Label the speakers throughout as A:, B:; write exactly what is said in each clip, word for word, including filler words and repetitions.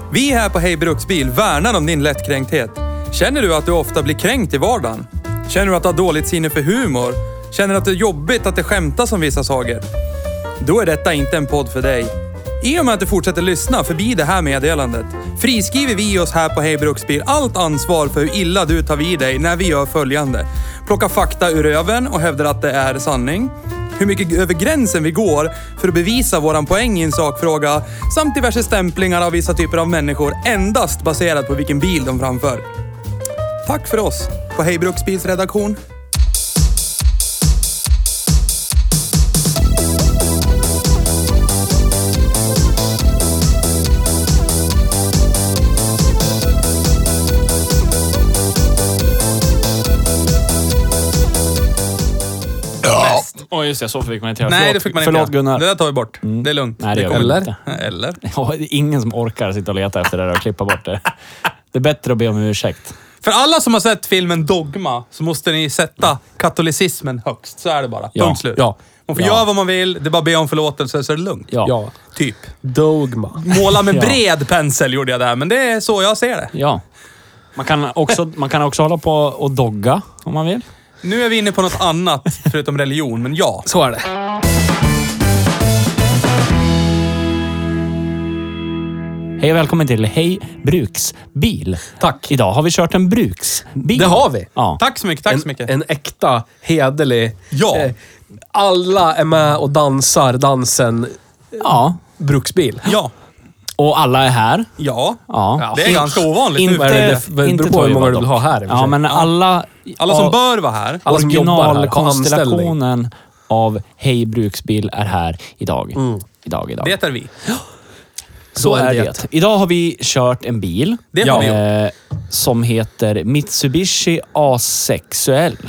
A: Vi här på Hej Bruksbil värnar om din lättkränkthet. Känner du att du ofta blir kränkt i vardagen? Känner du att du har dåligt sinne för humor? Känner du att det är jobbigt att det skämtas om vissa saker? Då är detta inte en podd för dig. I och med att du fortsätter lyssna förbi det här meddelandet friskriver vi oss här på Hej Bruksbil allt ansvar för hur illa du tar vid dig när vi gör följande. Plocka fakta ur röven och hävdar att det är sanning. Hur mycket över gränsen vi går för att bevisa våran poäng i en sakfråga samt diverse stämplingar av vissa typer av människor endast baserat på vilken bil de framför. Tack för oss på Hej Bruksbils redaktion.
B: Åh oh, just det, så fick man inte göra.
A: Nej,
B: förlåt,
A: det fick man
B: förlåt,
A: inte.
B: Gunnar.
A: Det där tar vi bort. Mm. Det är lugnt.
B: Nej, det, det
A: kommer
B: eller?
A: Inte. Eller?
B: Ja, det är ingen som orkar sitta och leta efter det där och klippa bort det. Det är bättre att be om ursäkt.
A: För alla som har sett filmen Dogma så måste ni sätta katolicismen högst. Så är det bara.
B: Ja.
A: Punkt slut.
C: Ja.
A: Man får
B: Ja.
A: göra vad man vill. Det är bara be om förlåtelse så är det lugnt.
B: Ja.
C: Ja.
A: Typ.
C: Dogma.
A: Måla med
B: Ja.
A: bred pensel gjorde jag där. Men det är så jag ser det.
B: Ja. Man kan också, man kan också hålla på och dogga om man vill.
A: Nu är vi inne på något annat förutom religion. Men ja.
C: Så är det.
B: Hej och välkommen till Hej Bruksbil.
C: Tack.
B: Idag har vi kört en bruksbil.
C: Det har vi.
B: Ja.
A: Tack så mycket. Tack
C: En,
A: så mycket.
C: en äkta, hederlig...
A: Ja.
C: Eh, alla är med och dansar dansen
B: Ja.
C: bruksbil.
A: Ja.
B: Och alla är här.
A: Ja.
B: Ja.
A: Det är ganska ovanligt
B: Inte-
A: nu.
C: Vad är det, det, det
B: inte
C: beror på hur många
B: Toivoda
C: du vill ha här. i och för
B: Ja,
C: sig.
B: men alla...
A: Alla som
B: ja,
A: bör vara här.
C: Alla som jobbar här på anställning.
B: Originalkonstellationen av Hej Bruksbil är här idag.
C: Mm.
B: Idag, idag.
A: Det är vi.
B: Så är det.
C: det.
B: Idag har vi kört en bil.
A: Det har vi gjort.
B: eh, som heter Mitsubishi Asexuell.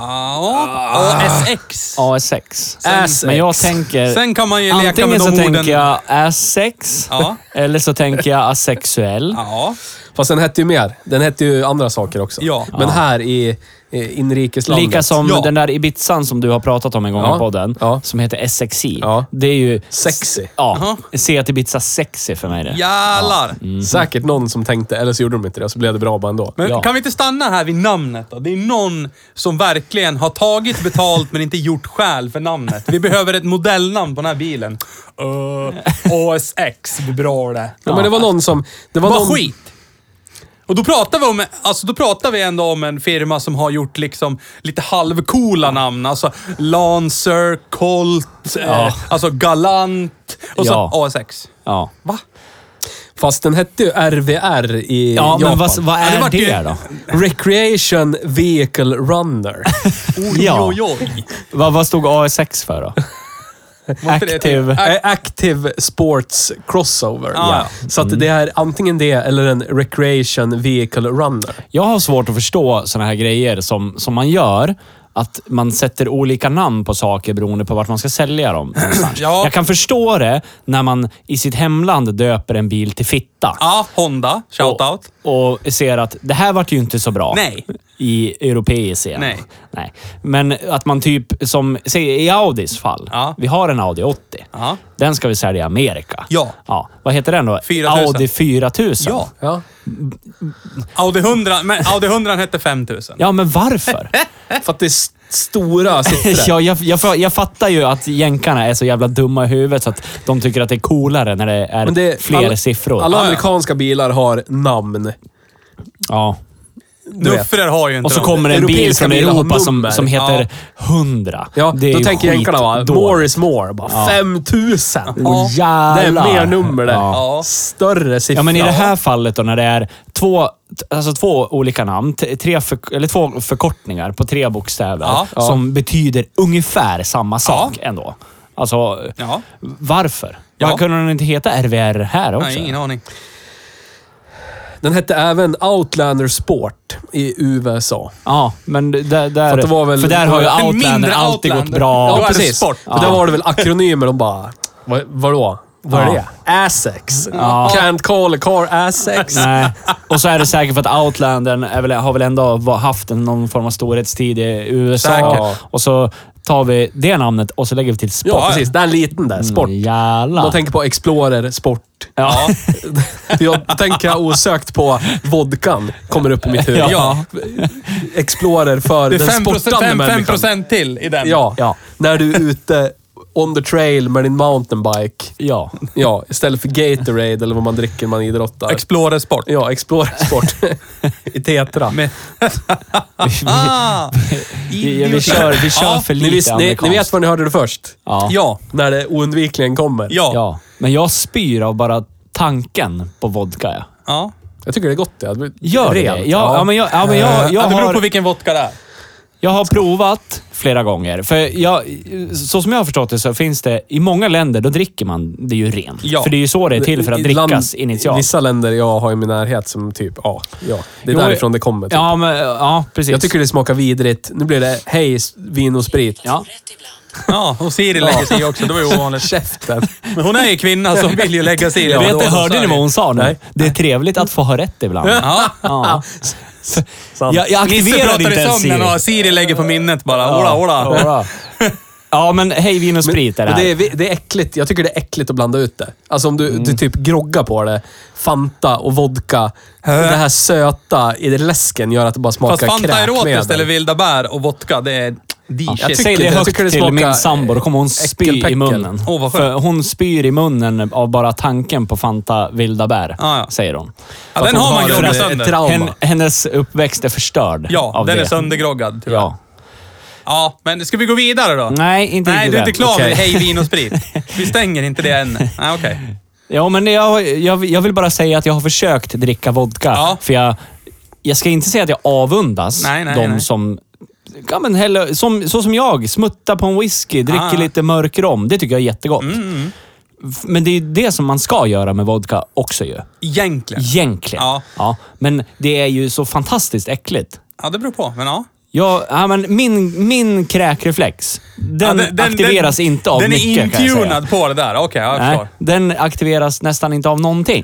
A: Ja. Och S X.
B: A S X.
C: Asex.
B: Men jag tänker...
A: Sen kan man ju leka
B: Antingen
A: med
B: så
A: de
B: tänker
A: orden.
B: jag asex,
A: Ja.
B: eller så tänker jag asexuell.
A: Ja.
C: Fast den hette ju mer. Den hette ju andra saker också.
A: Ja.
C: Men här i, i inrikeslandet.
B: Lika som
A: Ja.
B: den där Ibizan som du har pratat om en gång
C: Ja.
B: i podden,
C: Ja.
B: som heter S X I.
C: Ja.
B: Det är ju...
C: Sexy.
B: Ja,
A: Aha.
B: Seat Ibiza sexy för mig det.
A: Jävlar.
C: Säkert någon som tänkte, eller så gjorde de inte det, så blev det bra bara ändå.
A: Men
B: Ja.
A: kan vi inte stanna här vid namnet då? Det är någon som verkligen har tagit betalt men inte gjort skäl för namnet. Vi behöver ett modellnamn på den här bilen. Uh, A S X, det blir bra det.
C: Ja, men det var någon som... Det var
A: Vad
C: någon,
A: skit! Och då pratar vi om, alltså då pratar vi ändå om en firma som har gjort liksom lite halvcoola namn. Alltså Lancer, Colt,
B: Ja.
A: eh, alltså Galant och så
B: Ja.
A: A S X.
B: Ja,
A: Va?
C: Fast den hette ju R V R i
B: ja
C: Japan.
B: men vad, vad
A: Ja, det
B: är
A: vart ju-
B: det då?
C: Recreation Vehicle Runner.
A: Oj,
B: Ja.
A: oj, oj.
B: Vad, vad stod A S X för då?
A: Var inte det
B: Active...
A: till-
C: Ä- Active Sports Crossover.
A: Ja.
C: Så att det är antingen det eller en Recreation Vehicle Runner.
B: Jag har svårt att förstå såna här grejer som, som man gör. Att man sätter olika namn på saker beroende på vart man ska sälja dem någonstans.
A: Ja.
B: Jag kan förstå det när man i sitt hemland döper en bil till fitta.
A: Ja, Honda. Shoutout.
B: Och, och ser att det här vart ju inte så bra.
A: Nej.
B: I europeisk scen.
A: Nej.
B: Nej. Men att man typ, som säg i Audis fall.
A: Ja.
B: Vi har en Audi åttio.
A: Ja.
B: Den ska vi sälja i Amerika.
A: Ja.
B: Ja. Vad heter den då?
A: fyra tusen.
B: Audi fyra tusen.
A: Ja.
C: Ja.
A: Audi hundra, men Audi hundra hette fem tusen.
B: Ja, men varför?
C: För att det är s- stora siffror.
B: ja, jag, jag, jag fattar ju att jänkarna är så jävla dumma i huvudet så att de tycker att det är coolare när det är
C: Men det,
B: fler
C: alla,
B: siffror.
C: Alla
A: Ja, ja.
C: amerikanska bilar har namn.
B: Ja.
C: Du vet.
A: Nuffrer har ju inte
B: Och så
A: de.
B: kommer det en bil
C: Europeiska
B: från
C: bilar har
B: Europa som,
C: nummer.
B: som heter hundra.
C: Ja,
B: det är
C: då
B: ju
C: tänker jänkarna va,
B: skitdåligt.
C: more is more. Bara
B: Ja.
C: fem tusen.
B: Åh,
C: Det är
B: jävlar.
C: mer nummer det.
B: Ja.
C: Större siffror.
B: Ja, men i det här fallet då när det är två, alltså två olika namn, t- tre för, eller två förkortningar på tre bokstäver
A: Ja.
B: som betyder ungefär samma sak ändå. Alltså,
A: Ja.
B: varför?
A: Ja.
B: Varför kunde den inte heta R V R här också?
A: Nej, ingen aning.
C: Den hette även Outlander Sport i U S A.
B: Ja, men där, där,
C: För att det var väl-
B: för där har ju
A: en
B: Outlander
A: mindre
B: alltid
A: Outlander.
B: gått bra.
A: Då
C: Ja,
A: är det
C: precis.
A: sport.
C: För där var det väl akronymer. De bara, vad, vadå? Vad är
B: Ja.
C: det? Asex. Can't call a car Asex.
B: Nej. Och så är det säkert för att Outlandern är väl, har väl ändå va- haft en, någon form av storhetstid i U S A.
C: Säkert.
B: Och så tar vi det namnet och så lägger vi till sport.
C: Ja, precis. Det är en liten där. Sport.
B: Mm, jävlar.
C: Man tänker på Explorer, sport.
B: Ja.
C: Jag tänker osökt på vodkan. Kommer upp i mitt huvud.
B: Ja.
C: Explorer för
A: Det är
C: den
A: fem procent,
C: sportande
A: fem, fem
C: människan.
A: procent till i den.
C: Ja.
B: Ja.
C: När du är ute on the trail med din mountainbike.
B: Ja.
C: Ja, istället för Gatorade eller vad man dricker när man idrottar.
A: Explorer Sport.
C: Ja, Explorer Sport. I Tetra.
A: Med...
B: Ah. vi, vi kör, vi kör
A: Ja,
B: för
C: Ni,
B: lite
C: vis, ni,
B: amerikanskt.
C: ni vet var ni hörde det först.
B: Ja.
A: Ja.
C: När det oundvikligen kommer.
A: Ja.
B: ja. Men jag spyr av bara tanken på vodka. Ja.
A: Ja.
C: Jag tycker det är gott. Det. Det
B: Gör det?
C: rent.
B: Ja, ja, men jag, ja, men jag, jag,
A: ja, det beror
B: har,
A: på vilken vodka det är.
B: jag har provat flera gånger. För jag, så som jag har förstått det så finns det, i många länder, då dricker man det ju rent.
A: Ja.
B: För det är ju så det är till för att
C: I
B: drickas
C: land-
B: initialt.
C: Vissa länder jag har i min närhet som typ, ja, ja det är
B: Jo,
C: därifrån det kommer. Typ.
B: Ja, men, ja, precis.
C: Jag tycker det smakar vidrigt. Nu blir det hej, vin och sprit.
B: Ja.
A: Ja, och Siri lägger sig också. Det var ju ovanligt.
C: Käften.
A: Men hon är ju kvinna som vill ju lägga sig i.
B: Jag
A: Ja,
B: vet,
A: då-
B: hörde ni vad hon sa nu?
C: Nej.
B: Det är trevligt att få ha rätt ibland.
A: Ja.
B: Ja.
C: Sant.
B: Jag, jag
A: Nisse
B: aktiverade
A: pratar
B: inte
A: i
B: ens
A: sömnen
B: Siri.
A: och Siri lägger på minnet bara. Ola, ola.
B: Ja. Ja, men hej, vin och sprit är det
C: Men
B: här.
C: det är, det är äckligt. Jag tycker det är äckligt att blanda ut det. Alltså om du,
B: Mm.
C: du typ groggar på det. Fanta och vodka. Det här söta i det läsken gör att det bara smakar
A: Fast Fanta
C: kräkmedel.
A: erotiskt eller vilda bär och vodka, det är the
C: jag
A: shit.
C: tycker
B: Säg det
C: jag
B: högt
C: tycker det
B: till
C: smakar
B: min sambo, då kommer hon spy
C: äckelpäckel.
B: i munnen.
A: Åh, vad skönt.
B: För hon spyr i munnen av bara tanken på Fanta vilda bär,
A: Ja, ja.
B: säger hon.
A: Ja, den
C: hon
A: har man
C: har
A: groggat
C: ett
A: sönder.
C: trauma.
B: Hen, hennes uppväxt är förstörd
A: Ja,
B: av
A: den
B: det.
A: är söndergroggad tyvärr.
B: Ja.
A: Ja, men ska vi gå vidare då?
B: Nej, inte
A: Nej,
B: riktigt
A: du är inte
B: än.
A: klar
C: Okej.
A: med hej, vin och sprit. Vi stänger inte det än. Nej, okej.
B: Ja, men jag, jag, jag vill bara säga att jag har försökt dricka vodka.
A: Ja.
B: För jag, jag ska inte säga att jag avundas
A: Nej, nej,
B: de
A: nej.
B: som... Ja, men heller, som, så som jag, smutta på en whisky, dricker
A: Ah.
B: lite mörk rom. Det tycker jag är jättegott.
A: Mm, mm.
B: F- Men det är det som man ska göra med vodka också ju.
A: Egentligen.
B: Egentligen.
A: Ja.
B: Ja. Men det är ju så fantastiskt äckligt.
A: Ja, det beror på, men ja.
B: Jag, ja, men min, min kräkreflex, den,
A: Ja, den-
B: aktiveras
A: den,
B: inte av
A: Den
B: mycket,
A: är
B: kan jag säga.
A: intunad på det där. Okej, jag
B: Nej,
A: förstår.
B: den aktiveras nästan inte av någonting.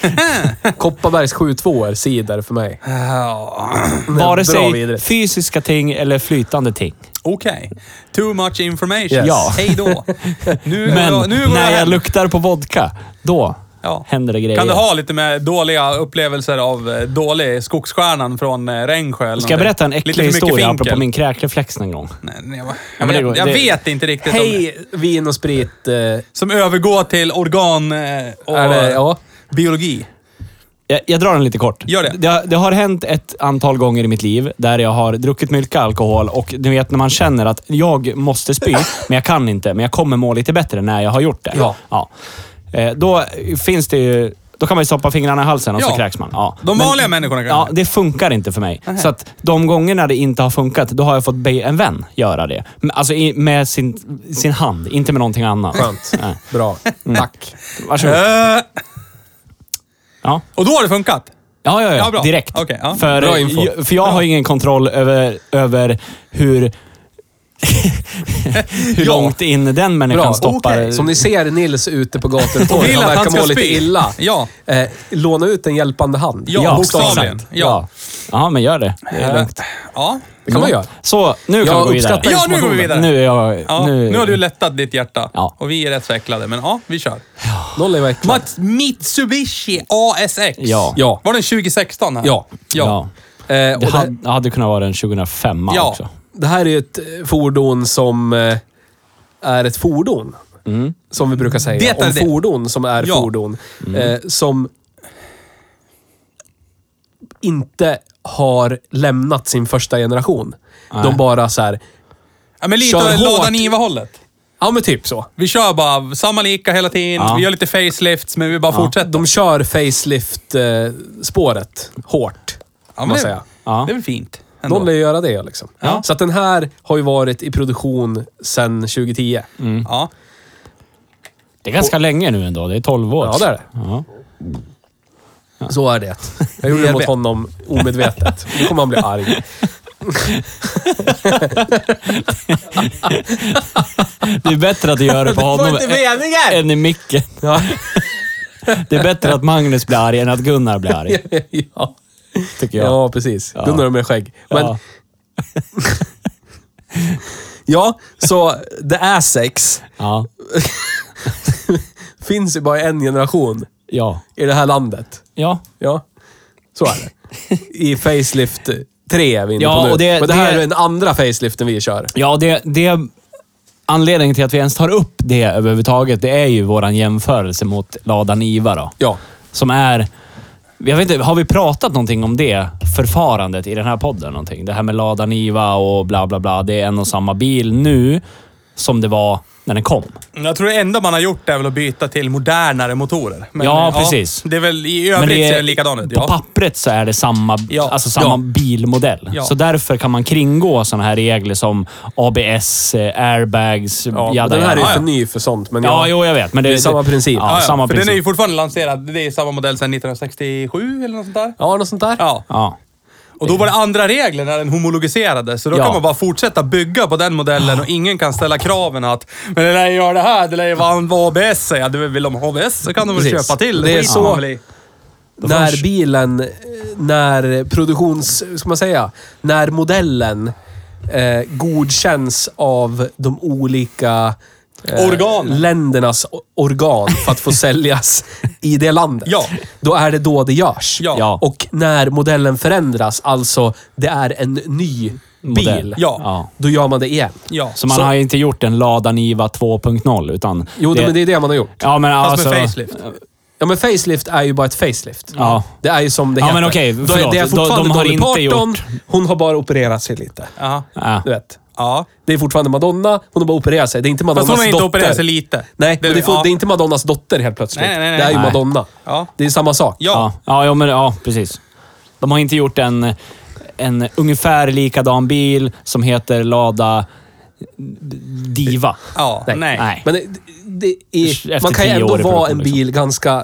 C: Kopparbergs sju två är cider för mig.
A: Ja,
B: Vare
C: Bra
B: sig
C: vidrigt.
B: fysiska ting eller flytande ting.
A: Okej. Too much information.
C: Yes.
B: Ja.
A: Hej då. Nu, går
B: Men
A: jag- nu går
B: när
A: jag
B: jag
A: hem.
B: luktar på vodka, då
A: Ja.
B: händer det grejer.
A: Kan du ha lite med dåliga upplevelser av eh, dålig Skogsstjärnan från eh, Rengsjö eller
B: Ska jag
A: någonting?
B: berätta en
A: Lite
B: äcklig
A: för mycket
B: historia
A: finkel.
B: apropå min kräkreflex en gång?
A: Nej, nej, jag,
B: Ja,
A: jag,
B: men det
A: vet,
B: går-
A: jag
B: det-
A: vet inte riktigt om
C: Hej, vin och sprit. Eh,
A: som övergår till organ eh, och
C: är det, ja.
A: biologi.
B: Jag, jag drar den lite kort.
A: Gör det.
B: det. Det har hänt ett antal gånger i mitt liv där jag har druckit mycket alkohol och du vet när man känner att jag måste spy, men jag kan inte. Men jag kommer må lite bättre när jag har gjort det.
C: Ja.
B: Ja. Eh, Då finns det ju... Då kan man ju stoppa fingrarna i halsen och
A: Ja.
B: så kräks man. Ja.
A: De
B: Men-
A: vanliga människorna kan
B: Ja,
A: det.
B: det funkar inte för mig. Så att de gångerna det inte har funkat, då har jag fått be en vän göra det. Men Alltså i- med sin, sin hand, inte med någonting annat.
C: Skönt.
B: Nej.
C: Bra. Tack.
B: Varsågod.
A: Eh,
B: Ja.
A: och då har det funkat?
B: Ja, ja, ja.
A: Ja, bra.
B: Direkt.
A: Okej, ja.
B: För,
C: Bra info.
B: jag- för jag har ingen kontroll över, över hur, hur
A: Ja.
B: långt in den människan
C: Bra.
B: stoppar.
A: Okej.
C: Som ni ser Nils ute på gator och
A: Och
C: torg.
A: vill
C: Han
A: att
C: verkar
A: han ska
C: må lite
A: spy.
C: illa.
A: Ja.
C: Eh, låna ut en hjälpande hand.
A: Ja,
B: exakt.
A: bokstavligen. Ja.
B: Ja, men gör det. Det är lugnt.
A: Ja.
C: Det kan man göra.
B: Så, nu kan
C: Jag
B: vi gå vidare.
C: uppskattar-
A: Ja, nu går vi vidare.
B: Nu är jag...
A: Ja, nu, har du lättat ditt hjärta.
B: Ja.
A: Och vi är rätt så äcklade, men ja, vi kör.
C: Noll i veckan.
A: Mat- Mitsubishi A S X.
B: Ja.
C: Ja.
A: Var den tjugo sexton här?
C: Ja.
A: Ja.
B: Ja.
C: Eh, och
B: Det
C: det,
B: hade, hade kunnat vara en tjugohundrafem
A: Ja.
B: också.
C: det här är ju ett eh, fordon som eh, är ett fordon.
B: Mm.
C: Som vi brukar säga.
A: Det är
C: Om
A: det.
C: fordon som är
A: Ja.
C: fordon. Eh, som inte har lämnat sin första generation.
B: Nej.
C: De bara så här.
A: Ja, men lite
C: Kör
A: av
C: hårt.
A: Lada Niva-hållet.
C: Ja, men typ så.
A: Vi kör bara samma lika hela tiden.
B: Ja.
A: Vi gör lite facelifts, men vi bara fortsätter.
C: De kör facelift-spåret hårt.
A: ja,
C: kan
A: men
C: man
A: det,
C: säga.
B: Ja.
A: det är väl fint. ändå.
C: De lär göra det liksom.
A: Ja.
C: Så att den här har ju varit i produktion sedan tjugo tio.
A: Ja.
B: Det är ganska länge nu ändå. Det är tolv år.
C: Ja, det är det.
B: Ja.
C: Så är det. Jag gjorde det mot honom omedvetet. Nu kommer han bli arg.
B: Det är bättre att du gör det på honom
C: meningen!
B: än i micken.
C: Ja.
B: Det är bättre att Magnus blir arg än att Gunnar blir arg,
C: ja.
B: tycker jag.
C: ja, precis.
B: Ja.
C: Gunnar med skägg. Men
B: Ja.
C: Ja, så The Essex
B: Ja.
C: finns ju bara en generation
B: Ja.
C: i det här landet.
B: Ja.
C: Ja, så är det. I facelift tre är vi inne
B: Ja,
C: på nu.
B: och det-
C: Men det här
B: det-
C: är den andra faceliften vi kör.
B: Ja, det, det... Anledningen till att vi ens tar upp det överhuvudtaget, det är ju våran jämförelse mot Lada Niva då.
C: Ja.
B: Som är... Jag vet inte, har vi pratat någonting om det förfarandet i den här podden? Någonting? Det här med Lada Niva och bla bla bla. Det är en och samma bil nu som det var när den kom.
A: Jag tror det enda man har gjort är väl att byta till modernare motorer. Men,
B: Ja, precis.
A: Det är väl i övrigt
B: det är-
A: ser det likadant ut.
B: På
A: Ja.
B: pappret så är det samma,
A: Ja.
B: alltså samma
A: Ja.
B: bilmodell.
A: Ja.
B: Så därför kan man kringgå sådana här regler som A B S, eh, airbags,
C: Ja, och
B: jada,
C: den här är ju
B: jada.
C: för ny för sånt. Men
B: Ja,
C: ja,
B: jo, jag vet. Men det,
C: det är samma princip.
B: Ja,
A: Ja, ja,
B: samma
A: för
B: princip.
A: den är ju fortfarande lanserad. Det är samma modell sedan nittonhundrasextiosju eller något sånt där.
C: ja, något sånt där.
A: Ja.
B: Ja.
A: Och då var det andra regler när den homologiserades. Så då
B: Ja.
A: kan man bara fortsätta bygga på den modellen och ingen kan ställa kraven att men det lär ju göra det här, det lär ju vara en A B S. Ja, det vill de ha A B S så kan de väl
C: Precis.
A: köpa till.
C: Det är
A: skiter
C: så-
A: man väl i.
C: När bilen, när produktions, ska man säga, när modellen eh, godkänns av de olika eh,
A: Organen.
C: ländernas o- organ för att få säljas i det landet.
A: Ja.
C: Då är det då det görs.
A: Ja.
B: Ja.
C: Och när modellen förändras, alltså det är en ny
B: Modell.
C: bil,
A: Ja.
B: Ja.
C: då gör man det igen.
A: Ja.
B: Så man
C: Så-
B: har ju inte gjort en Lada Niva två punkt noll utan...
C: Jo, men det är det man har gjort.
B: Ja, men
A: Fast
B: alltså...
A: med facelift.
C: Ja, men facelift är ju bara ett facelift.
B: Ja.
C: Det är ju som det
B: Ja,
C: heter.
B: men okej,
C: Då är-
B: förlåt.
C: Det är
B: De-
C: fortfarande
B: de har
C: Dolly
B: inte
C: Parton.
B: gjort-
C: Hon har bara opererat sig lite.
A: Ja.
B: Ja.
C: Du vet.
A: Ja.
C: Det är fortfarande Madonna, hon har bara opererat sig. Det är inte Madonnas
A: Fast hon har inte
C: dotter.
A: opererat sig lite.
C: Nej, det, det, får,
A: ja.
C: det är inte Madonnas dotter helt plötsligt.
A: Nej, nej, nej,
C: det är ju
B: nej.
C: Madonna.
A: Ja.
C: Det är samma sak.
A: Ja.
B: Ja, ja, ja, men, ja, precis. De har inte gjort en, en ungefär likadan bil som heter Lada Diva.
A: Ja.
C: Nej.
A: Nej.
B: Nej.
C: Men det, det är,
B: Efter
C: man kan ju
B: tio
C: ändå
B: år i
C: vara
B: produktion,
C: en
B: liksom.
C: bil ganska...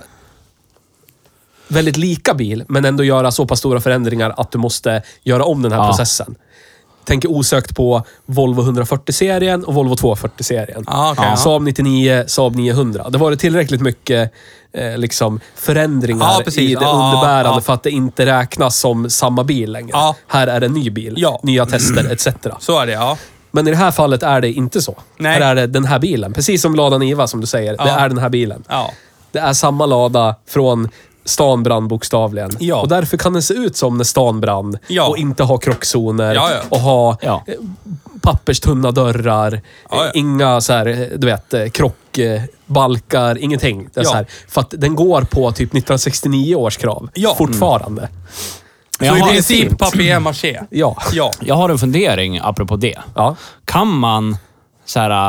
C: Väldigt lika bil, men ändå göra så pass stora förändringar att du måste göra om den här
B: Ja.
C: processen. Tänker osökt på Volvo hundrafyrtio-serien och Volvo tvåhundrafyrtio-serien.
A: Ja, okej, ja.
C: Saab nittionio, Saab niohundra. Det var det tillräckligt mycket eh, liksom förändringar
A: Ja, precis.
C: i det
A: Ja,
C: underbärande
A: ja.
C: för att det inte räknas som samma bil längre.
A: Ja.
C: Här är det en ny bil,
A: Ja.
C: nya tester et cetera.
A: Så är det, ja.
C: Men i det här fallet är det inte så.
A: Nej.
C: Här är det den här bilen. Precis som Lada Niva som du säger. Det
A: Ja.
C: är den här bilen.
A: Ja.
C: Det är samma lada från stan brann bokstavligen.
A: Ja.
C: Och därför kan den se ut som när stan brann.
A: Ja.
C: Och inte ha krockzoner.
A: Ja, ja.
C: Och ha
B: Ja.
C: eh, papperstunna dörrar.
A: Ja, ja.
C: eh, Inga så här, eh, du vet, eh, krockbalkar. Ingenting. Det är
A: Ja.
C: så här, för att den går på typ nittonhundrasextionio års krav.
A: Ja.
C: Fortfarande.
B: Men
A: Så
B: jag,
A: i
B: har,
A: princip
C: fint.
A: papier-maché.
C: Ja.
A: Ja.
B: jag har en fundering apropå det.
C: Ja.
B: Kan man så här...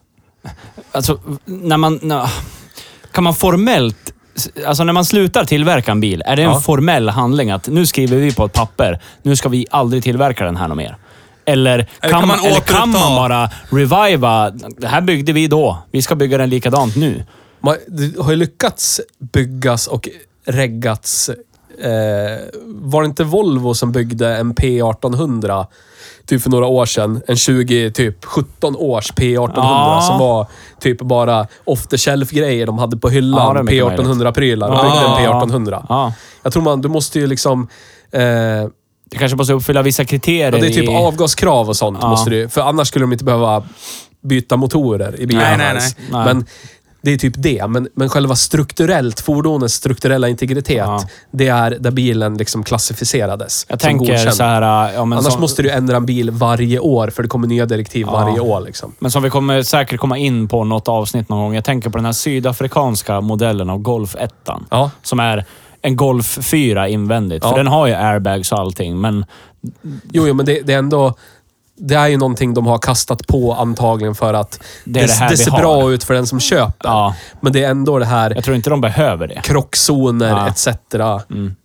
B: Alltså, när man... När, kan man formellt... Alltså när man slutar tillverka en bil, är det en
C: Ja.
B: formell handling att nu skriver vi på ett papper, nu ska vi aldrig tillverka den här något mer? Eller kan,
A: Eller kan
B: man,
A: man
B: eller kan
A: återuppta-
B: man bara reviva, det här byggde vi då, vi ska bygga den likadant nu?
C: Man, det har ju lyckats byggas och reggats. Eh, var det inte Volvo som byggde en P arton hundra typ för några år sedan? En tjugo, typ sjutton års P arton hundra
B: Ja.
C: som var typ bara off the shelf-grejer de hade på
B: Ja, det är
C: hyllan.
B: mycket
C: P arton hundra-prylar. De
B: Ja.
C: byggde en P arton hundra.
B: Ja.
C: Jag tror man, du måste ju liksom... Eh,
B: Det kanske måste uppfylla vissa kriterier.
C: ja, det är typ
B: i...
C: avgaskrav och sånt.
B: Ja.
C: Måste du, för annars skulle de inte behöva byta motorer i bilarna
A: Nej, nej,
C: ens.
B: nej. Nej.
C: Men det är typ det. Men, men själva strukturellt, fordonets strukturella integritet,
B: Ja.
C: det är där bilen liksom klassificerades.
B: Jag
C: som
B: tänker
C: godkänd.
B: så här... Ja, men
C: Annars
B: som,
C: måste du ändra en bil varje år, för det kommer nya direktiv
B: Ja.
C: varje år. Liksom.
B: Men som vi kommer säkert komma in på något avsnitt någon gång. Jag tänker på den här sydafrikanska modellen av Golf ett.
C: Ja.
B: Som är en Golf fyra invändigt.
C: Ja.
B: För den har ju airbags och allting, men...
C: Jo, jo, men det, det är ändå... Det är ju någonting de har kastat på antagligen för att
B: Det är det här vi
C: ser
B: har.
C: bra ut för den som köper.
B: Ja.
C: Men det är ändå det här
B: Jag tror inte de behöver det.
C: krockzoner
B: Ja.
C: et cetera.
B: Mm.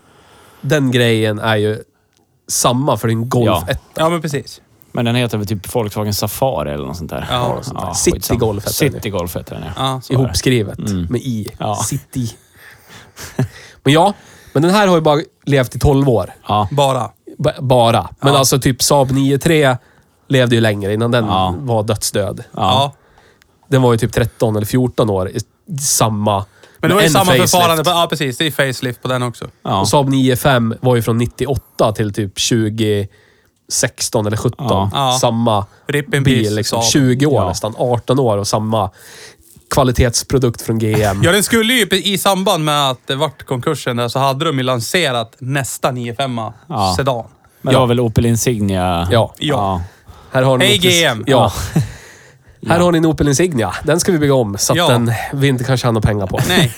C: Den grejen är ju samma för din Golf
B: Ja.
C: ett.
A: Ja, men precis.
B: Men den heter väl typ Volkswagen Safari eller något sånt där.
A: Ja,
C: något sånt där. City
B: skitsamma.
C: Golf heter den.
B: City Golf heter den, ja.
A: Ja.
B: Så är det.
C: Ihopskrivet
B: Mm.
C: med i.
B: Ja.
C: City. Men ja, men den här har ju bara levt i tolv år.
B: Ja.
A: Bara.
C: B- bara. Men
A: Ja.
C: alltså typ Saab nio tre levde ju längre innan den
B: Ja.
C: var dödsdöd.
A: Ja.
C: Den var ju typ tretton eller fjorton år i samma...
A: Men det var ju
C: en
A: samma
C: facelift.
A: förfarande. på- Ja, precis. Det är facelift på den också.
B: Ja.
C: Och Saab nio fem var ju från nittioåtta till typ tjugo sexton eller sjutton.
A: Ja.
C: Samma
A: Rip in
C: bil.
A: peace,
C: Liksom,
A: Saab.
C: tjugo år
B: Ja.
C: nästan. arton år och samma kvalitetsprodukt från G M.
A: Ja, den skulle ju i samband med att det vart konkursen där så hade de ju lanserat nästa nio fem
B: Ja.
A: sedan.
B: Men det var väl Opel Insignia?
C: Ja.
A: Ja.
C: Här har ni
A: Hej
C: Opel-
A: G M!
C: Ja. Här har ni en Opel Insignia. Den ska vi bygga om så att
A: Ja.
C: den vi inte kan tjäna pengar på.
A: Nej.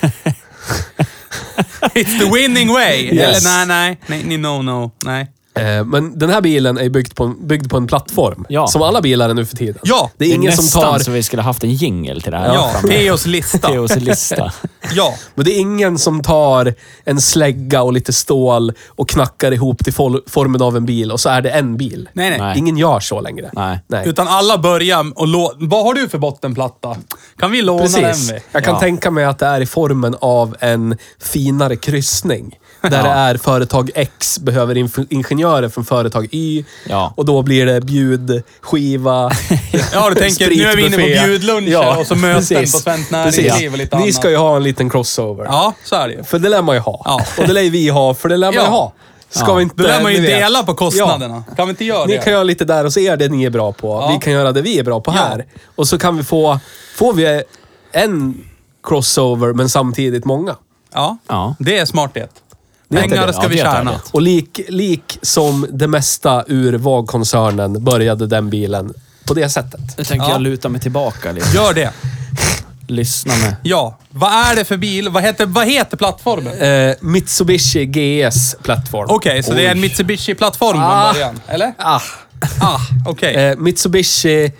A: It's the winning way!
C: Yes.
A: Eller nej, nej, nej, no, no, nej.
C: Eh, Men den här bilen är byggd på en, byggd på en plattform.
B: Ja.
C: Som alla bilar är nu för tiden.
A: Ja,
C: Det är
B: Det är
C: ingen som
B: nästan
C: tar...
B: så vi skulle haft en jingle till det här.
A: Ja,
B: framme.
A: Theos lista.
B: Theos lista.
A: Ja,
C: Men det är ingen som tar en slägga och lite stål och knackar ihop till fol- formen av en bil och så är det en bil.
A: nej, nej.
B: Nej.
C: Ingen gör så längre.
B: Nej.
C: Nej.
A: Utan alla börjar och lå... Vad har du för bottenplatta? Kan vi låna
C: Precis.
A: den? Vi?
C: Jag kan
B: Ja.
C: tänka mig att det är i formen av en finare kryssning. Där
B: Ja.
C: det är företag X behöver inf- ingenjörer från företag Y.
B: Ja.
C: Och då blir det bjudskiva,
A: Ja, du tänker, nu är vi inne på
C: spritbuffé.
A: bjudluncher och så möten
C: precis.
A: på Svenskt
C: Precis.
A: Näringsliv och lite
C: Ni
A: annat.
C: ska ju ha en liten crossover.
A: Ja, så är det ju.
C: För det lär man ju ha.
A: Ja.
C: Och det lär ju vi ha, för det lär man
A: Ja.
C: ju ha. Ska
B: Ja.
C: vi inte...
A: Då lär man ju
C: ni vet.
A: dela på kostnaderna. Kan vi inte göra
C: Ni
A: det?
C: kan göra lite där och se det ni är bra på.
A: Ja.
C: Vi kan göra det vi är bra på
A: Ja.
C: här. Och så kan vi få... Får vi en crossover, men samtidigt många.
A: Ja,
B: Ja.
A: det är smarthet.
C: Det är inte
A: Pengar
C: det.
A: ska
B: Ja,
A: vi
B: det är
A: tjäna.
B: härligt.
C: Och lik, lik som det mesta ur V A G-koncernen började den bilen på det sättet.
B: Nu tänker
A: Ja.
B: jag luta mig tillbaka lite.
A: Gör det.
B: Lyssna med.
A: Ja. Vad är det för bil? Vad heter, vad heter plattformen?
C: Eh, Mitsubishi G S-plattform.
A: Okej, så det är en Mitsubishi-plattform från
C: Ah.
A: början? Eller?
C: Ah,
A: Ah, okej.
C: eh, Mitsubishi...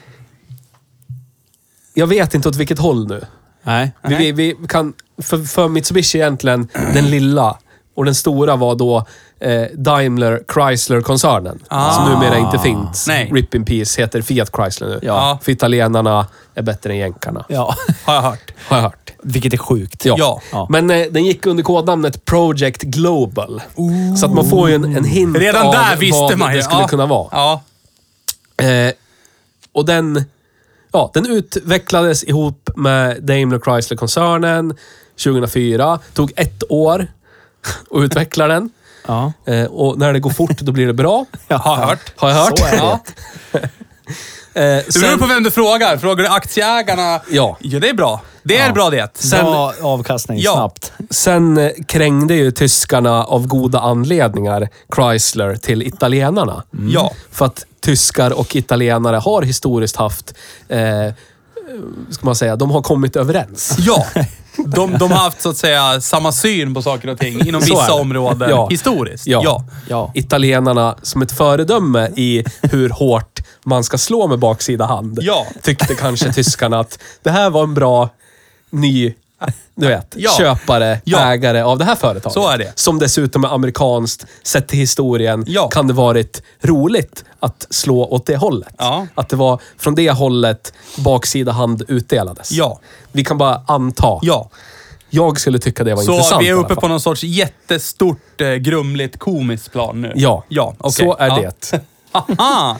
C: Jag vet inte åt vilket håll nu.
B: Nej.
C: Vi, vi, vi kan... För, för Mitsubishi egentligen den lilla. Och den stora var då eh, Daimler Chrysler-koncernen.
A: Ah.
C: Som numera inte finns.
A: Nej.
C: Rip in Peace heter Fiat Chrysler nu.
A: Ja.
C: För italienarna är bättre än jänkarna.
B: Ja.
A: Har jag hört.
C: Har jag hört.
B: Vilket är sjukt.
C: Ja.
A: Ja.
B: Ja.
C: Men eh, den gick under kodnamnet Project Global. Så att man får ju en, en hint
A: Redan
C: av
A: där visste
C: vad
A: man ju.
C: det skulle
A: Ja.
C: kunna vara.
A: Ja.
C: Eh, och den, ja, den utvecklades ihop med Daimler Chrysler-koncernen tjugohundrafyra. Tog ett år att utveckla den.
B: Ja.
C: Eh, och när det går fort, då blir det bra.
A: Har jag hört.
C: Har jag hört.
B: Så är det.
A: Ja.
C: Eh,
A: Det beror
C: sen,
A: på vem du frågar. Frågar du aktieägarna?
C: Ja.
A: Ja, det är bra. Det är
B: Ja.
A: bra det.
C: Sen-
B: Bra avkastning
A: Ja.
B: snabbt.
C: sen eh, krängde ju tyskarna av goda anledningar Chrysler till italienarna.
A: Ja.
C: För att tyskar och italienare har historiskt haft, eh, ska man säga, de har kommit överens.
A: Ja. De, de har haft så att säga samma syn på saker och ting inom
C: Så är
A: vissa
C: det.
A: områden.
C: Ja.
A: Historiskt.
C: Ja.
A: Ja.
B: Ja.
C: Italienarna som ett föredöme i hur hårt man ska slå med baksida hand.
A: Ja.
C: Tyckte kanske tyskarna att det här var en bra ny, du vet,
A: Ja.
C: köpare,
A: Ja.
C: ägare av det här företaget.
A: Så är det.
C: Som dessutom är amerikanskt. Sett till historien
A: Ja.
C: kan det varit roligt att slå åt det hållet.
A: Ja.
C: Att det var från det hållet baksida hand utdelades.
A: Ja.
C: Vi kan bara anta.
A: Ja.
C: Jag skulle tycka det var
A: Så
C: intressant
A: vi är
C: i alla
A: uppe
C: fall.
A: på någon sorts jättestort, eh, grumligt, komiskt plan nu.
C: Ja,
A: Ja, okej.
C: så är
A: ja.
C: det.
A: Aha.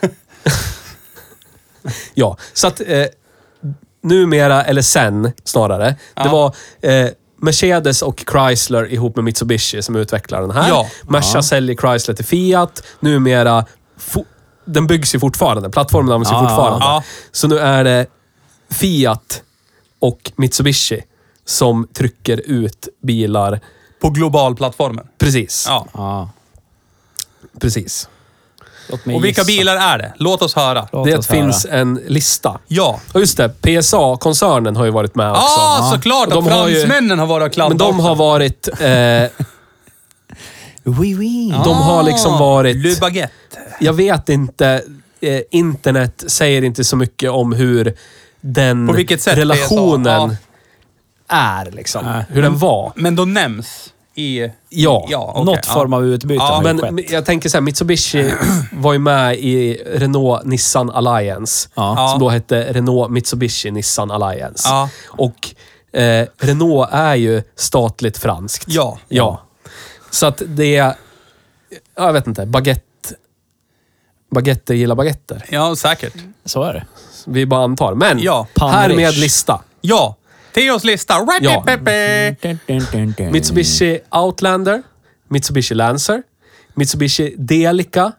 C: Ja, så att eh, numera, eller sen snarare,
A: Ja.
C: det var eh, Mercedes och Chrysler ihop med Mitsubishi som utvecklar den här.
A: Ja.
C: Merca
B: Ja.
C: säljer Chrysler till Fiat. Numera, fo- den byggs ju fortfarande. Plattformen används ju
B: Ja,
C: fortfarande.
A: ja.
C: Så nu är det Fiat och Mitsubishi som trycker ut bilar.
A: På globalplattformen.
C: Precis.
A: Ja.
B: Ja.
C: Precis.
B: Låt mig
A: Och vilka
B: gissa.
A: bilar är det? Låt oss höra.
B: Låt
C: Det
B: oss höra.
C: finns en lista.
A: Ja.
C: Och just det, P S A-koncernen har ju varit med också.
A: Ja,
B: Ja.
A: såklart
C: Och de
A: att
C: har ju-
A: fransmännen har varit och kladdat
C: Men de
A: också.
C: har varit... Eh,
B: Oui, oui.
C: de har liksom varit-
A: Le Baguette.
C: jag vet inte. Eh, internet säger inte så mycket om hur den
A: På vilket sätt
C: relationen
A: P S A?
C: är. Liksom.
B: Nej.
C: Hur den var.
A: Men de nämns i...
C: Ja.
A: Ja, okej,
B: Något
A: ja.
B: form av utbyte
A: Ja,
B: har ju
C: Men
B: skett.
C: jag tänker så här, Mitsubishi var ju med i Renault-Nissan Alliance.
B: Ja.
A: Ja.
C: Som då hette Renault-Mitsubishi-Nissan Alliance.
A: Ja.
C: Och eh, Renault är ju statligt franskt.
A: Ja.
C: Ja. Så att det är... Jag vet inte. Baguette... Baguetter gillar baguetter.
A: Ja, säkert.
B: Så är det.
C: Vi bara antar. Men,
A: Ja.
C: här med
B: Panrish.
C: lista.
A: Ja. Theos lista.
C: Ja.
B: Dun, dun, dun, dun.
C: Mitsubishi Outlander, Mitsubishi Lancer, Mitsubishi Delica,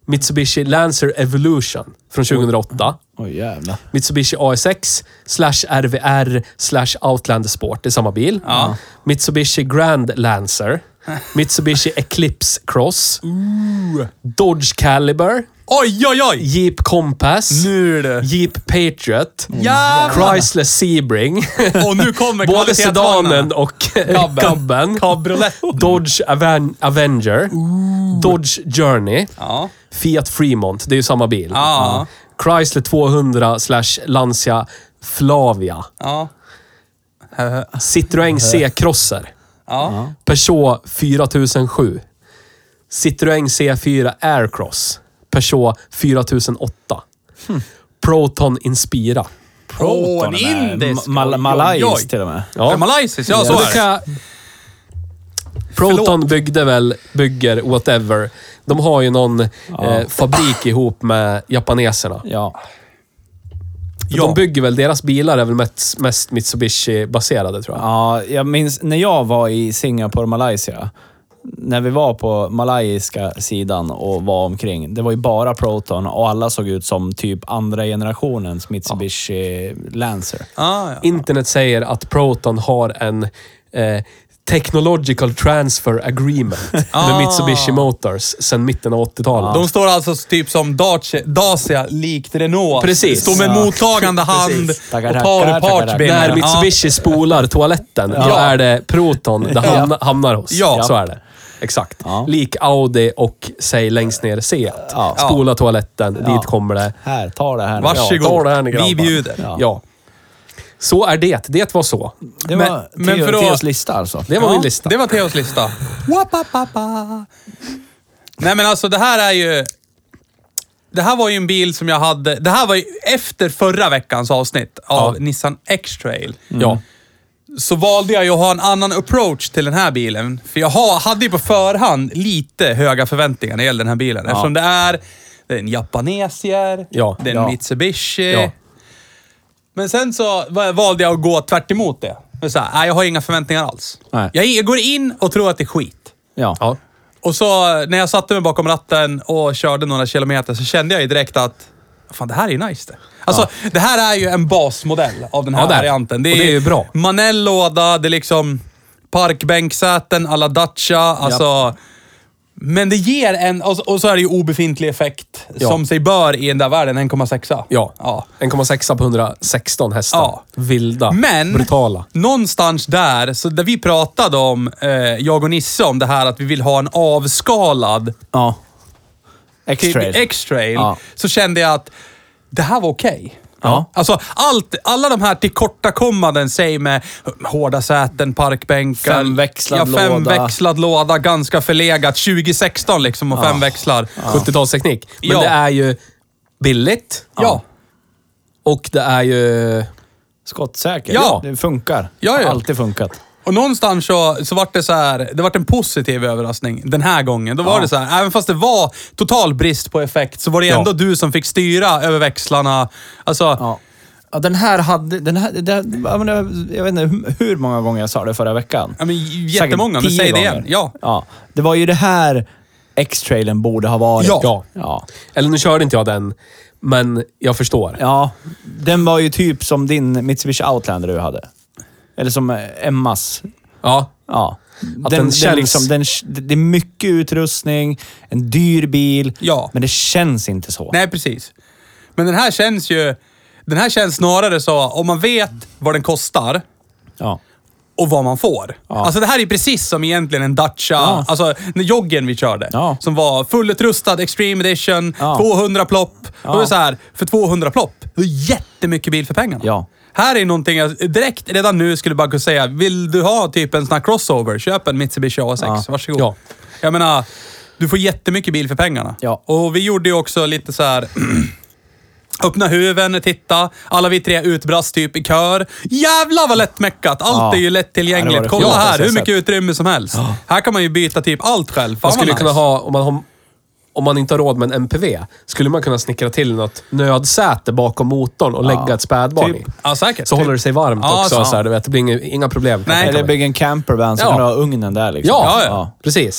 C: Mitsubishi Lancer Evolution från tjugohundraåtta.
B: Oj oh, jävlar.
C: Mitsubishi A S X slash R V R slash Outlander Sport. Det är samma bil.
A: Ja.
C: Mitsubishi Grand Lancer. Mitsubishi Eclipse Cross.
A: Ooh.
C: Dodge Caliber.
A: Oj, oj, oj!
C: Jeep Compass.
A: Nu är det.
C: Jeep Patriot.
A: Ja.
C: Chrysler Sebring.
A: Och nu kommer
C: Både sedanen och
A: Cabben.
C: cabben.
A: Cabriolet.
C: Dodge Aven- Avenger.
A: Ooh.
C: Dodge Journey.
A: Ja.
C: Fiat Fremont. Det är ju samma bil.
A: Ja.
C: Chrysler tvåhundra slash Lancia Flavia.
A: Ja.
C: Citroën C-crosser.
A: Ja.
C: Peugeot fyra tusen sju. Citroën C fyra Aircross. Peugeot fyra tusen åtta. Hmm. Proton Inspira.
A: Proton indisk.
B: Mal- Malajs till och med.
C: Ja.
A: Malajsis, ja så
C: Ja,
A: är
C: det
A: det.
C: kan... Proton byggde väl, bygger whatever. De har ju någon
B: Ja.
C: eh, fabrik ihop med japaneserna.
B: Ja.
A: Ja.
C: De bygger väl, deras bilar är väl mest, mest Mitsubishi-baserade tror jag.
B: Ja, jag minns när jag var i Singapore, Malaysia. När vi var på malayiska sidan och var omkring. Det var ju bara Proton och alla såg ut som typ andra generationens Mitsubishi Lancer.
A: Ah, ja.
C: Internet säger att Proton har en eh, Technological Transfer Agreement
A: Ah.
C: med Mitsubishi Motors sedan mitten av åttiotalet.
A: De står alltså typ som Dacia, Dacia likt Renault.
C: Precis.
A: Står med
B: Ja.
A: mottagande hand
C: Precis.
A: och
B: Tackar,
A: tar
B: tackar,
A: ur
B: tackar,
A: partsbenen.
C: När Mitsubishi spolar toaletten, då
A: Ja.
C: är det Proton det hamna, hamnar hos.
A: Ja.
C: Så är det. Exakt.
B: Ja.
C: Lik Audi och säg längst ner Seat.
B: Ja.
C: Spola toaletten,
B: Ja.
C: dit kommer det.
B: Här, ta det här nu.
A: Varsågod.
C: ta det här ni grabbar.
A: Vi bjuder.
B: Ja.
C: Ja. Så är det. Det var så.
B: Det
A: Men-
B: var
A: men
B: Theo,
A: för att-
B: Theos lista alltså.
C: Det var
A: Ja,
C: min lista.
A: Det var Theos lista. Wapapapa. Nej men alltså det här är ju... Det här var ju en bil som jag hade... Det här var ju efter förra veckans avsnitt av
C: Ja.
A: Nissan X-Trail.
C: Ja.
A: Så valde jag ju att ha en annan approach till den här bilen. För jag ha, hade ju på förhand lite höga förväntningar när det gäller den här bilen.
B: Ja.
A: Eftersom det är, det är en japanesier,
C: Ja.
A: det är en
B: Ja.
A: Mitsubishi.
C: Ja.
A: Men sen så va- valde jag att gå tvärt emot det. Men så här, nej, jag har inga förväntningar alls.
B: Nej.
A: Jag, jag går in och tror att det är skit.
B: Ja.
C: Ja.
A: Och så när jag satte mig bakom ratten och körde några kilometer så kände jag ju direkt att fan, det här är ju nice det. Alltså, det här är ju en basmodell av den här
C: Ja, det är.
A: varianten.
C: Och det är ju bra.
A: Manell-låda, det är liksom parkbänksäten alla Dacia. Alltså, men det ger en... Och, och så är det ju obefintlig effekt
C: Ja.
A: som sig bör i den där världen, en komma sex.
C: Ja.
A: Ja.
C: en komma sex på hundrasexton hästar.
A: Ja.
C: Vilda.
A: Men
C: Brutala.
A: någonstans där, så där vi pratade om, eh, jag och Nisse, om det här att vi vill ha en avskalad
B: Ja.
A: typ
B: X-Trail.
A: X-Trail,
B: Ja.
A: så kände jag att det här var okej.
B: Ja.
A: Alltså, allt, alla de här tillkortakommanden, säg med hårda säten, parkbänkar.
B: Femväxlad
A: ja,
B: låda.
A: femväxlad låda. Ganska förlegat. tjugo sexton liksom och
B: Ja.
A: femväxlar.
C: sjuttiotalsteknik. Men
A: Ja.
C: det är ju billigt.
A: Ja.
C: Och det är ju...
B: Skottsäker.
A: Ja.
B: Det funkar.
A: Ja, ja.
B: Alltid funkat.
A: Och någonstans så, så var det så här, det var en positiv överraskning den här gången. Då var
B: Ja.
A: det så här, även fast det var total brist på effekt, så var det
C: Ja.
A: ändå du som fick styra över växlarna. Alltså,
B: Ja. Ja, den här hade... Den här, det, jag, menar, jag vet inte hur- hur många gånger jag sa det förra veckan.
A: ja, men jättemånga, men
B: Säkert
A: säg
B: tio
A: det igen.
B: gånger.
A: Ja.
B: Ja. Det var ju det här X-trailen borde ha varit.
A: Ja.
C: Ja.
B: Ja.
C: Eller nu körde inte jag den, men jag förstår.
B: Ja. Den var ju typ som din Mitsubishi Outlander du hade. Eller som Emmas.
C: Ja.
B: Ja.
C: Att
B: Den,
C: den
B: den
C: känns-
B: liksom, den, det är mycket utrustning, en dyr bil,
A: Ja.
B: men det känns inte så.
A: Nej, precis. Men den här känns ju... Den här känns snarare så, om man vet vad den kostar
B: Ja.
A: och vad man får.
B: Ja.
A: Alltså det här är precis som egentligen en Dacia,
B: Ja.
A: alltså den joggen vi körde.
B: Ja.
A: Som var fullutrustad Extreme Edition,
B: Ja.
A: tvåhundra plopp.
B: Ja.
A: Och det är så här, för tvåhundra plopp, det är jättemycket bil för pengarna.
B: Ja.
A: Här är någonting jag direkt redan nu skulle bara kunna säga, vill du ha typ en sån här crossover, köp en Mitsubishi A S X,
B: Ja.
A: varsågod.
C: Ja.
A: Jag menar, du får jättemycket bil för pengarna.
B: Ja.
A: Och vi gjorde ju också lite så här... Öppna huven, titta. Alla vi tre utbrast typ i kör. Jävlar vad lättmäckat! Allt
B: Ja.
A: är ju lättillgängligt.
B: Ja, det var det
A: Kolla
B: sjukaste
A: här,
B: jag
A: hur mycket
B: sett.
A: utrymme som helst. Här kan man ju byta typ allt själv. Fan
C: Man skulle
A: vad
C: kunna
A: nice.
C: ha, om man, har, om man inte har råd med en M P V, skulle man kunna snickra till något nödsäte bakom motorn och lägga ett spädbarn
B: Typ.
C: i.
A: Ja, säkert.
C: Så håller det sig varmt
A: Ja,
C: också.
A: så.
C: Så här, du vet, det blir inga, inga problem.
A: Nej.
B: Eller bygga en campervan så
C: Ja.
B: kan du ha ugnen där liksom.
C: Ja,
A: Ja, ja.
C: precis.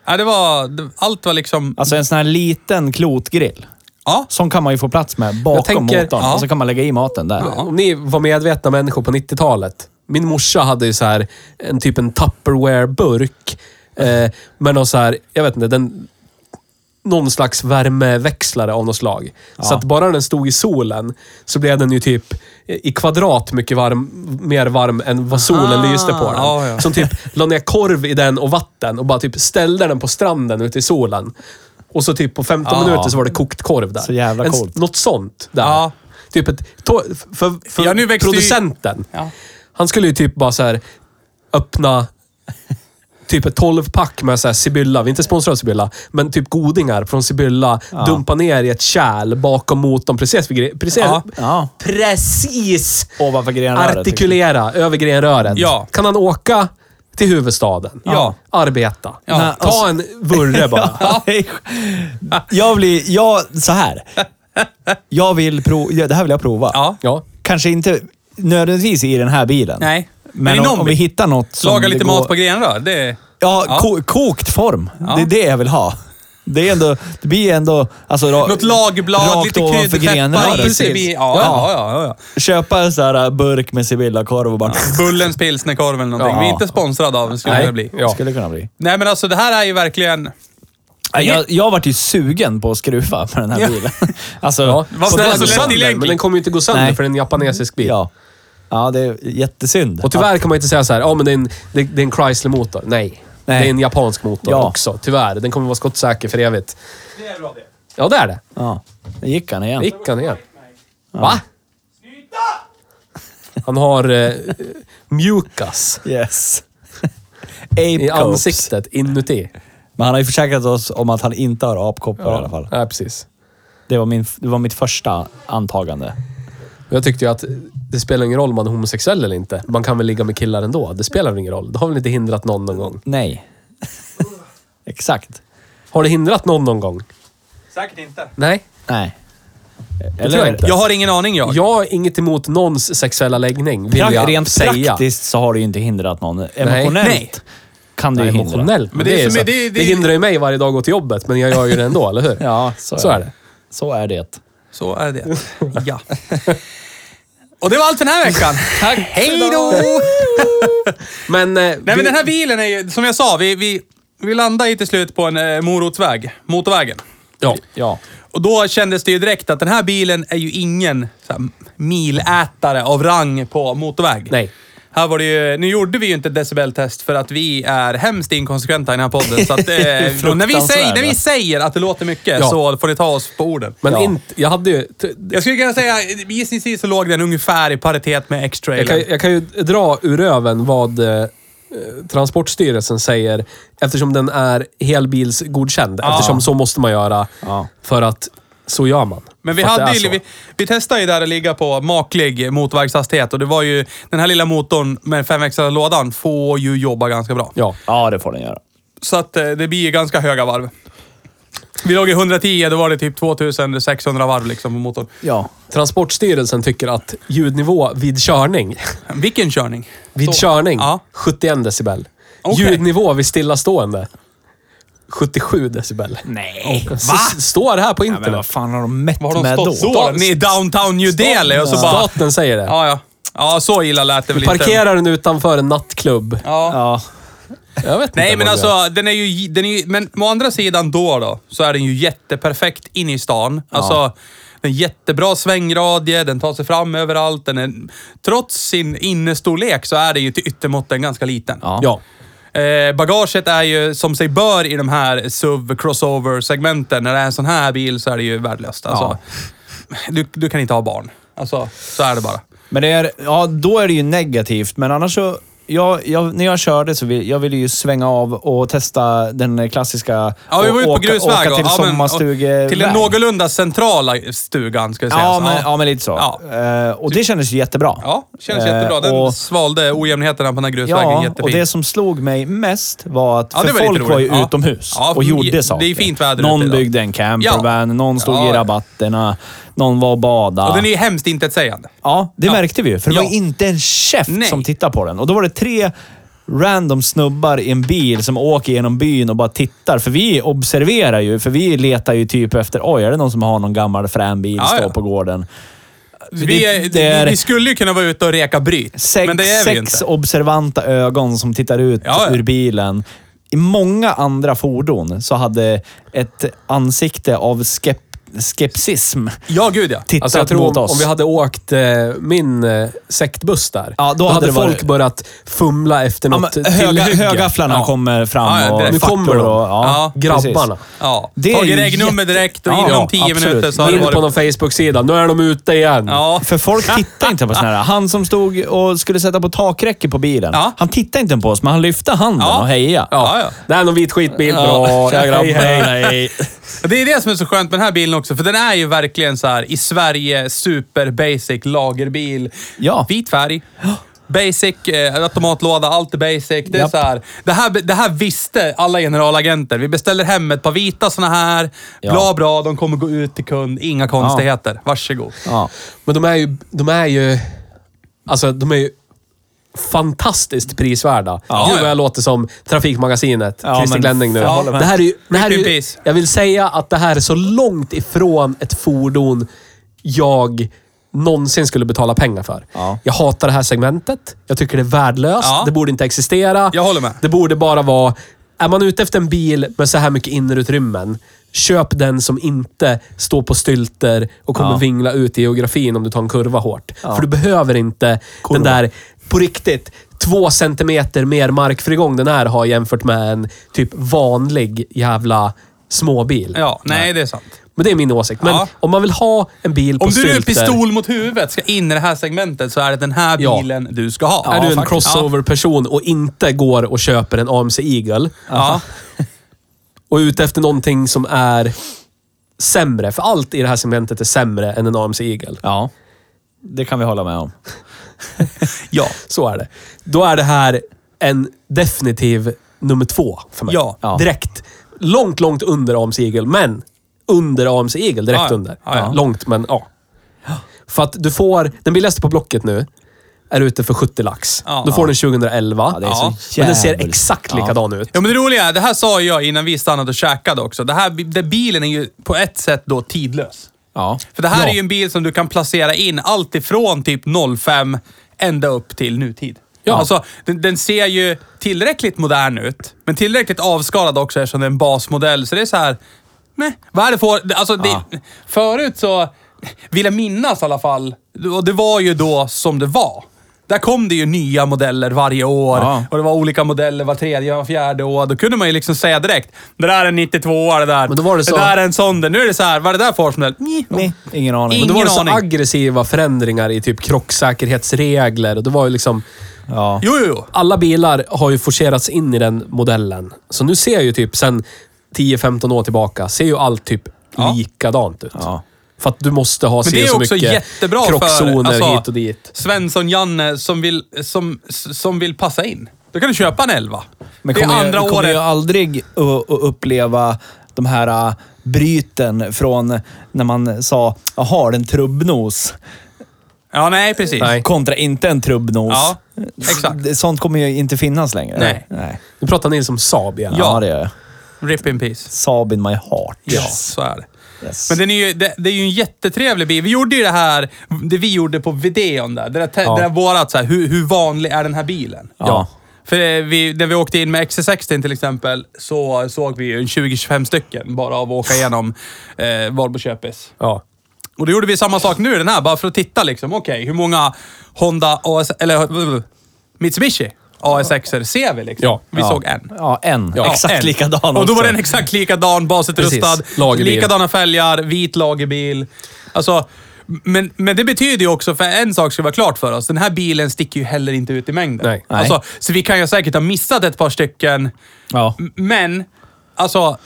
A: Ja, det var... Allt var liksom...
B: Alltså en sån här liten klotgrill.
A: Ja.
B: Som kan man ju få plats med bakom
C: tänker-
B: motorn.
A: ja.
B: Och så kan man lägga i maten där.
C: Om ni var medvetna människor på nittiotalet. Min morsa hade ju så här en typ en Tupperware-burk. Eh, med någon så här, jag vet inte, den... Någon slags värmeväxlare av något slag.
B: Ja.
C: Så att bara när den stod i solen så blev den ju typ i kvadrat mycket varm, mer varm än vad solen
A: Aha.
C: lyste på den.
A: Ja, ja.
C: Som typ la ner korv i den och vatten och bara typ ställde den på stranden ute i solen. Och så typ på femton
B: Ja.
C: minuter så var det kokt korv där.
B: Så jävla
C: En-
B: coolt.
C: Något sånt där.
A: Ja.
C: Typ ett... to- För, för
A: Ja, nu växte ju-
C: producenten.
A: Ja.
C: Han skulle ju typ bara så här öppna typ ett tolv-pack med så här Sibylla. Vi är inte sponsrade av Sibylla, men typ godingar från Sibylla.
B: Ja.
C: Dumpa ner i ett kärl bakom motorn. Precis, vid gre- precis,
A: Ja.
B: Ja.
C: precis
B: Ovanför grenröret.
C: artikulera över grenröret.
A: Ja.
C: Kan han åka till huvudstaden?
A: Ja.
C: Arbeta.
A: Ja.
B: Nej,
C: Ta
B: och
C: en vurre bara.
B: Ja. Jag blir... Jag... Så här. Jag vill prova... Det här vill jag prova.
A: Ja.
C: Ja.
B: Kanske inte nödvändigtvis i den här bilen.
A: Nej.
B: Men
A: i
B: om,
A: någon
B: om vi
A: bil.
B: hittar något som
A: Laga
B: det
A: lite
B: går-
A: mat på grenrör. Det...
B: Ja,
A: Ja.
B: Ko kokt form.
A: Ja.
B: Det är det jag vill ha. Det är ändå... Det blir ändå... Alltså, ra-
A: Något lagblad,
B: rakt
A: lite
B: ovanför
A: krydd, peppar
B: grenröret.
A: i sig.
C: precis.
A: Ja, ja, ja, ja, ja.
B: Köpa en sån här burk med Sibylla-korv och bara...
A: Bullens pilsnerkorv eller någonting.
B: Ja.
A: Vi är inte sponsrade av, skulle
C: Nej.
A: det bli.
C: Ja.
B: Skulle kunna bli.
A: Nej, men alltså det här är ju verkligen...
B: Jag, jag vart ju sugen på att skruva på den här
A: Ja.
B: bilen. Alltså...
C: Ja.
A: Vad
C: Och den
A: snäll,
C: går
A: så
C: sönder,
A: lättillgänglig.
C: men den kommer ju inte gå sönder
B: Nej.
C: för en japanesisk bil.
B: Ja. Ja, det är jättesynd.
C: Och tyvärr kan man inte säga så här, ja men det är en, det, det är en Chrysler-motor. Nej.
B: Nej.
C: Det är en japansk motor
B: Ja.
C: också, tyvärr. Den kommer vara skottsäker för evigt.
A: Det är bra det.
C: Ja, det är det.
B: Ja. Det gick han igen.
C: Gick han igen. Va? Han har eh, mjukas
B: Yes. Ape
C: i
B: copes.
C: ansiktet inuti.
B: Men han har ju försäkrat oss om att han inte har apkoppar i alla fall.
C: Ja, precis.
B: Det var, min, det var mitt första antagande.
C: Jag tyckte ju att det spelar ingen roll om man är homosexuell eller inte. Man kan väl ligga med killar ändå. Det spelar väl ingen roll. Det har väl inte hindrat någon någon gång.
B: Nej. Exakt.
C: Har det hindrat någon någon gång?
A: Säkert inte.
C: Nej.
B: Nej.
C: tror jag inte.
A: Jag har ingen aning jag.
C: Jag har inget emot någons sexuella läggning, vill
B: Pra-
C: jag
B: rent
C: säga.
B: praktiskt så har det ju inte hindrat någon. Emotionellt
A: Nej.
B: kan det
C: Nej,
B: ju hindra.
C: emotionellt. Men
A: Men
C: det,
A: det är
C: är
A: som
C: så,
A: är-
C: det,
A: det- det-
C: hindrar ju mig varje dag att gå till jobbet, men jag gör ju det ändå, eller hur?
B: Ja, så,
C: Så är det.
B: Så är det.
A: Så är det. Ja. Och det var allt för den här veckan. Tack. Hej då!
C: Men, eh,
A: Nej, men den här bilen är ju, som jag sa, vi, vi, vi landade ju till slut på en eh, morotsväg. Motorvägen.
C: Ja.
B: Ja.
A: Och då kändes det ju direkt att den här bilen är ju ingen så här, milätare av rang på motorväg.
C: Nej.
A: Här var det ju, nu gjorde vi ju inte ett decibeltest för att vi är hemskt inkonsekventa i den här podden. Så att, eh, när, vi säger, när vi säger att det låter mycket
C: Ja.
A: så får ni ta oss på orden.
C: Men
B: Ja.
C: inte, jag hade ju... t-
A: Jag skulle kunna säga, gissningsvis så låg den ungefär i paritet med
C: Jag
A: X-trailen.
C: kan, jag kan ju dra ur röven vad eh, Transportstyrelsen säger, eftersom den är helbilsgodkänd.
A: Ja.
C: Eftersom så måste man göra,
B: Ja.
C: för att så gör man.
A: Men vi,
C: För att det
A: hade
C: är
A: ju,
C: så.
A: vi, vi testade ju där att ligga på maklig motorvägshastighet och det var ju, den här lilla motorn med femväxlade lådan får ju jobba ganska bra.
C: Ja.
B: Ja, det får den göra.
A: Så att eh, det blir ju ganska höga varv. Vi låg i hundratio, då var det typ tvåtusensexhundra varv liksom på motorn.
B: Ja.
C: Transportstyrelsen tycker att ljudnivå vid körning,
A: Vilken körning?
C: vid
A: Så.
C: körning,
A: Ja.
C: sjuttioen decibel.
A: Okej.
C: Ljudnivå vid stillastående, sjuttiosju decibel.
B: Nej.
C: Så s- står det här på
B: Ja, men
C: internet.
B: vad fan har de mätt
A: Vad har de
B: med då?
A: stått så? Ni är downtown New Delhi och så bara...
C: Staten säger det.
A: Ja, ja. Ja, så illa lät det väl inte.
C: Parkerar den utanför en nattklubb.
A: Ja.
B: Ja.
C: Jag vet inte
A: Nej, men
C: vad det är.
A: alltså, den är ju... Den är ju men å andra sidan då då, så är den ju jätteperfekt in i stan. Alltså, den är jättebra svängradie, den tar sig fram överallt. Den är, trots sin innestorlek så är den ju till yttermåtten ganska liten.
B: Ja.
C: Ja.
A: Eh, bagaget är ju som sig bör i de här S U V-crossover-segmenten. När det är en sån här bil så är det ju värdelöst. Alltså, du, du kan inte ha barn. Alltså, så är det bara.
B: Men det är, ja, då är det ju negativt. Men annars så... Jag, jag, när jag körde så vill jag ville ju svänga av och testa den klassiska...
A: Ja, vi var
B: och
A: ute på
B: åka,
A: grusväg.
B: åka till
A: och- ja, men-
B: sommarstugeväg.
A: och Till den någorlunda centrala stugan, ska vi säga.
B: Ja,
A: Så,
B: men, ja, men lite så.
A: Ja.
B: Eh, och det kändes ju jättebra.
A: Ja, känns
B: Eh,
A: jättebra. Den
B: och-
A: svalde ojämnheterna på den här grusvägen
B: Ja,
A: jättefint.
B: och det som slog mig mest var att
A: Ja, det
B: för
A: var lite
B: folk var ju
A: roligt. Ja.
B: utomhus
A: Ja,
B: och
A: det-
B: gjorde
A: det är
B: saker.
A: fint väder
B: Någon
A: ute idag.
B: byggde en campervan, någon stod
A: Ja.
B: i rabatterna, någon var och badade.
A: Och den är ju hemskt intetsägande.
B: Ja, det
A: Ja.
B: märkte vi ju. För det
A: Ja.
B: var inte en käft
A: Nej.
B: som tittade på den. Och då var det tre random snubbar i en bil som åker genom byn och bara tittar. För vi observerar ju, för vi letar ju typ efter, oj, är det någon som har någon gammal frän bil
A: Ja,
B: står
A: ja.
B: på gården?
A: Vi, är,
B: det är-
A: vi, vi skulle ju kunna vara ute och reka bryt,
B: Sex,
A: men det är vi
B: sex
A: inte.
B: observanta ögon som tittar ut
A: Ja, ja.
B: ur bilen. I många andra fordon så hade ett ansikte av skep skepsism
A: Ja, gud ja.
B: tittat
C: Alltså jag tror
B: mot
C: om,
B: oss.
C: om vi hade åkt eh, min eh, sektbuss där,
B: Ja, då
C: då,
B: hade
C: hade
B: det varit-
C: folk börjat fumla efter
B: Ja,
C: något
B: men höga,
C: tillhygge.
B: högafflarna
C: Ja.
B: kommer fram
A: Ja, ja,
B: och
A: direkt.
C: Nu
B: facklor
C: kommer de.
B: och, ja,
A: Ja,
C: Grabbarna.
B: precis.
A: Ja,
B: Det är
A: tagit
B: ju
A: regnummer
B: jätte-
A: direkt och
B: Ja,
A: inom
B: ja,
A: tio
B: absolut.
A: minuter så har
C: In
A: det
C: på
A: varit...
C: någon Facebook-sida. Nu är de ute igen.
A: Ja,
B: För folk tittar inte på såna här. Han som stod och skulle sätta på takräcke på bilen.
A: Ja.
B: Han tittade inte på oss, men han lyfte handen
A: Ja.
B: och hejade.
A: ja, ja.
C: Det är någon vit skitbil.
B: Ja,
C: Bra.
B: tja, grabbar.
C: Hej, hej.
A: Det är det som är så skönt med den här bilen också, för den är ju verkligen så här i Sverige super basic lagerbil.
B: Ja.
A: Vit färg. Basic, eh, automatlåda, allt är basic. Det är
B: Japp.
A: så här, det här, det här visste alla generalagenter. Vi beställer hem ett par vita såna här.
B: Ja.
A: Bra, bra, de kommer gå ut till kund. Inga konstigheter. Varsågod.
B: Ja.
C: Men de är ju... De är ju... Alltså, de är ju fantastiskt prisvärda.
B: Ja.
C: Gud vad jag låter som Trafikmagasinet.
B: Ja,
C: Christer
B: men-
C: Glenning nu.
B: jag håller med.
C: Det här är ju... Det här är
A: Rip in
C: ju
A: peace.
C: jag vill säga att det här är så långt ifrån ett fordon jag någonsin skulle betala pengar för.
B: Ja.
C: Jag hatar det här segmentet. Jag tycker det är värdelöst.
A: Ja.
C: Det borde inte existera.
A: Jag håller med.
C: Det borde bara vara... Är man ute efter en bil med så här mycket innerutrymmen, köp den som inte står på stylter och kommer
B: Ja.
C: vingla ut i geografin om du tar en kurva hårt.
B: Ja.
C: För du behöver inte
B: Kurva.
C: den där, på riktigt, två centimeter mer markfrigång den här har jämfört med en typ vanlig jävla småbil.
A: Ja, nej, det är sant.
C: Men det är min åsikt. Men
A: Ja.
C: om man vill ha en bil på
A: Om du
C: stylter...
A: är pistol mot huvudet ska in i det här segmentet så är det den här
C: Ja.
A: bilen du ska ha.
C: Är du en
B: faktiskt.
C: crossover-person och inte går och köper en A M C Eagle
A: Ja.
C: och är ute efter någonting som är sämre, för allt i det här segmentet är sämre än en A M C Eagle.
B: Ja. Det kan vi hålla med om.
A: Ja.
C: Så är det. Då är det här en definitiv nummer två för mig.
A: Ja.
B: Ja.
C: Direkt. Långt, långt under A M C Eagle, men under A M C Eagle. Direkt
A: Ja, ja.
C: under.
A: Ja, ja.
C: Långt, men ja. För att du får... Den billigaste på Blocket nu är ute för sjuttio lax.
A: Ja.
C: du får den tjugohundraelva.
B: Ja, det är
A: Ja.
B: så
C: Men den ser
B: jävligt.
C: exakt
B: Ja.
C: likadan ut.
A: Ja, men det roliga är, det här sa jag innan vi stannade och käkade också. Det här, den bilen är ju på ett sätt då tidlös.
B: Ja.
A: För det här
C: Ja.
A: är ju en bil som du kan placera in allt ifrån typ noll fem ända upp till nutid.
C: Ja.
A: Alltså, den, den ser ju tillräckligt modern ut, men tillräckligt avskalad också eftersom det är en basmodell. Så det är så här, nej, vad är det för... Alltså, det,
B: Ja.
A: Förut så vill jag minnas i alla fall, och det var ju då som det var. Där kom det ju nya modeller varje år.
B: Ja.
A: Och det var olika modeller var tredje, var fjärde år. Då kunde man ju liksom säga direkt, det där är en nittiotvå, det där.
C: Men då var det så-
A: Det där är en sån där. Nu är det så här, vad är det där för årsmodell?
B: Nej, ingen aning.
C: Men då var det så
A: Ingen aning.
C: aggressiva förändringar i typ krocksäkerhetsregler. Och det var ju liksom...
B: Ja.
A: Jo, jo, jo.
C: Alla bilar har ju forcerats in i den modellen. Så nu ser ju typ sen tio femton år tillbaka, ser ju allt typ
A: Ja.
C: likadant ut.
B: Ja.
C: För att du måste ha
A: Men det
C: se
A: är
C: så
A: också
C: mycket
A: jättebra
C: krockzoner
A: för alltså,
C: hit och dit.
A: Svensson-Janne som vill, som, som vill passa in. Då kan du köpa en elva.
B: Men
A: det är
B: kommer,
A: andra
B: jag, kommer
A: året.
B: ju aldrig att att uppleva de här uh, bryten från när man sa, jaha, en trubbnos.
A: Ja, nej, precis.
C: Nej.
B: Kontra inte en trubbnos.
A: Ja, exakt.
B: Det- Sånt kommer ju inte finnas längre.
A: Nej.
B: Nej.
C: Nu pratar Nils om Saab igen.
B: Ja,
A: Ja.
B: det gör jag.
A: Rip in peace.
B: Saab in my heart.
A: Ja, så är det.
B: Yes.
A: Men den är ju, det, det är ju en jättetrevlig bil. Vi gjorde ju det här, det vi gjorde på videon där. Det där, te-
C: Ja.
A: det där vårat så här, hur, hur vanlig är den här bilen?
B: Ja.
A: För eh, vi, när vi åkte in med X C sextio till exempel, så såg vi ju en tjugo till tjugofem stycken bara av att åka igenom eh, Valbo Köpis.
C: Ja.
A: Och då gjorde vi samma sak nu i den här, bara för att titta liksom. Okej, hur många Honda A S, eller uh, Mitsubishi A S X-er ser vi liksom?
C: Ja.
A: Vi
B: Ja.
A: såg en.
B: Ja, en.
A: Ja,
B: exakt
A: en.
B: likadan
A: Och då var
B: också.
A: den exakt likadan, basutrustad,
C: Precis. Lagerbil.
A: likadana fälgar, vit lagerbil. Alltså, men, men det betyder ju också, för en sak ska vara klart för oss, den här bilen sticker ju heller inte ut i mängden.
C: Nej.
B: Nej.
A: Alltså, så vi kan ju säkert ha missat ett par stycken,
B: Ja.
A: m- men alltså...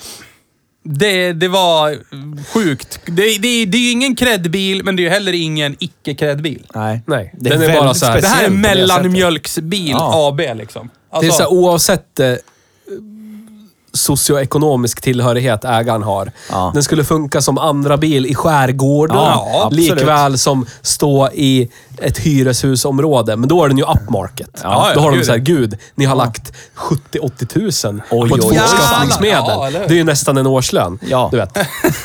A: Det, det var sjukt. Det, det, det är ju ingen cred-bil, men det är ju heller ingen icke-cred-bil.
B: Nej.
C: Nej.
B: Det är
C: Den är bara
B: väldigt
C: så här-
A: Det här är
B: speciellt på det sättet.
A: mellanmjölksbil
B: Ja.
A: A B liksom.
C: Det är
A: Alltså,
C: så här, oavsett... Eh, socioekonomisk tillhörighet ägaren har.
B: Ja.
C: Den skulle funka som andra bil i skärgården.
B: Ja,
C: likväl som stå i ett hyreshusområde. Men då är den ju upmarket.
A: Ja,
C: då har de
A: gud.
C: så här, gud, ni har lagt sjuttio till åttio tusen
B: Oj,
C: på ett
B: oj, oj.
C: fortskaffningsmedel.
A: Ja, eller hur?
C: Det är ju nästan en årslön.
B: Ja.
C: Du vet.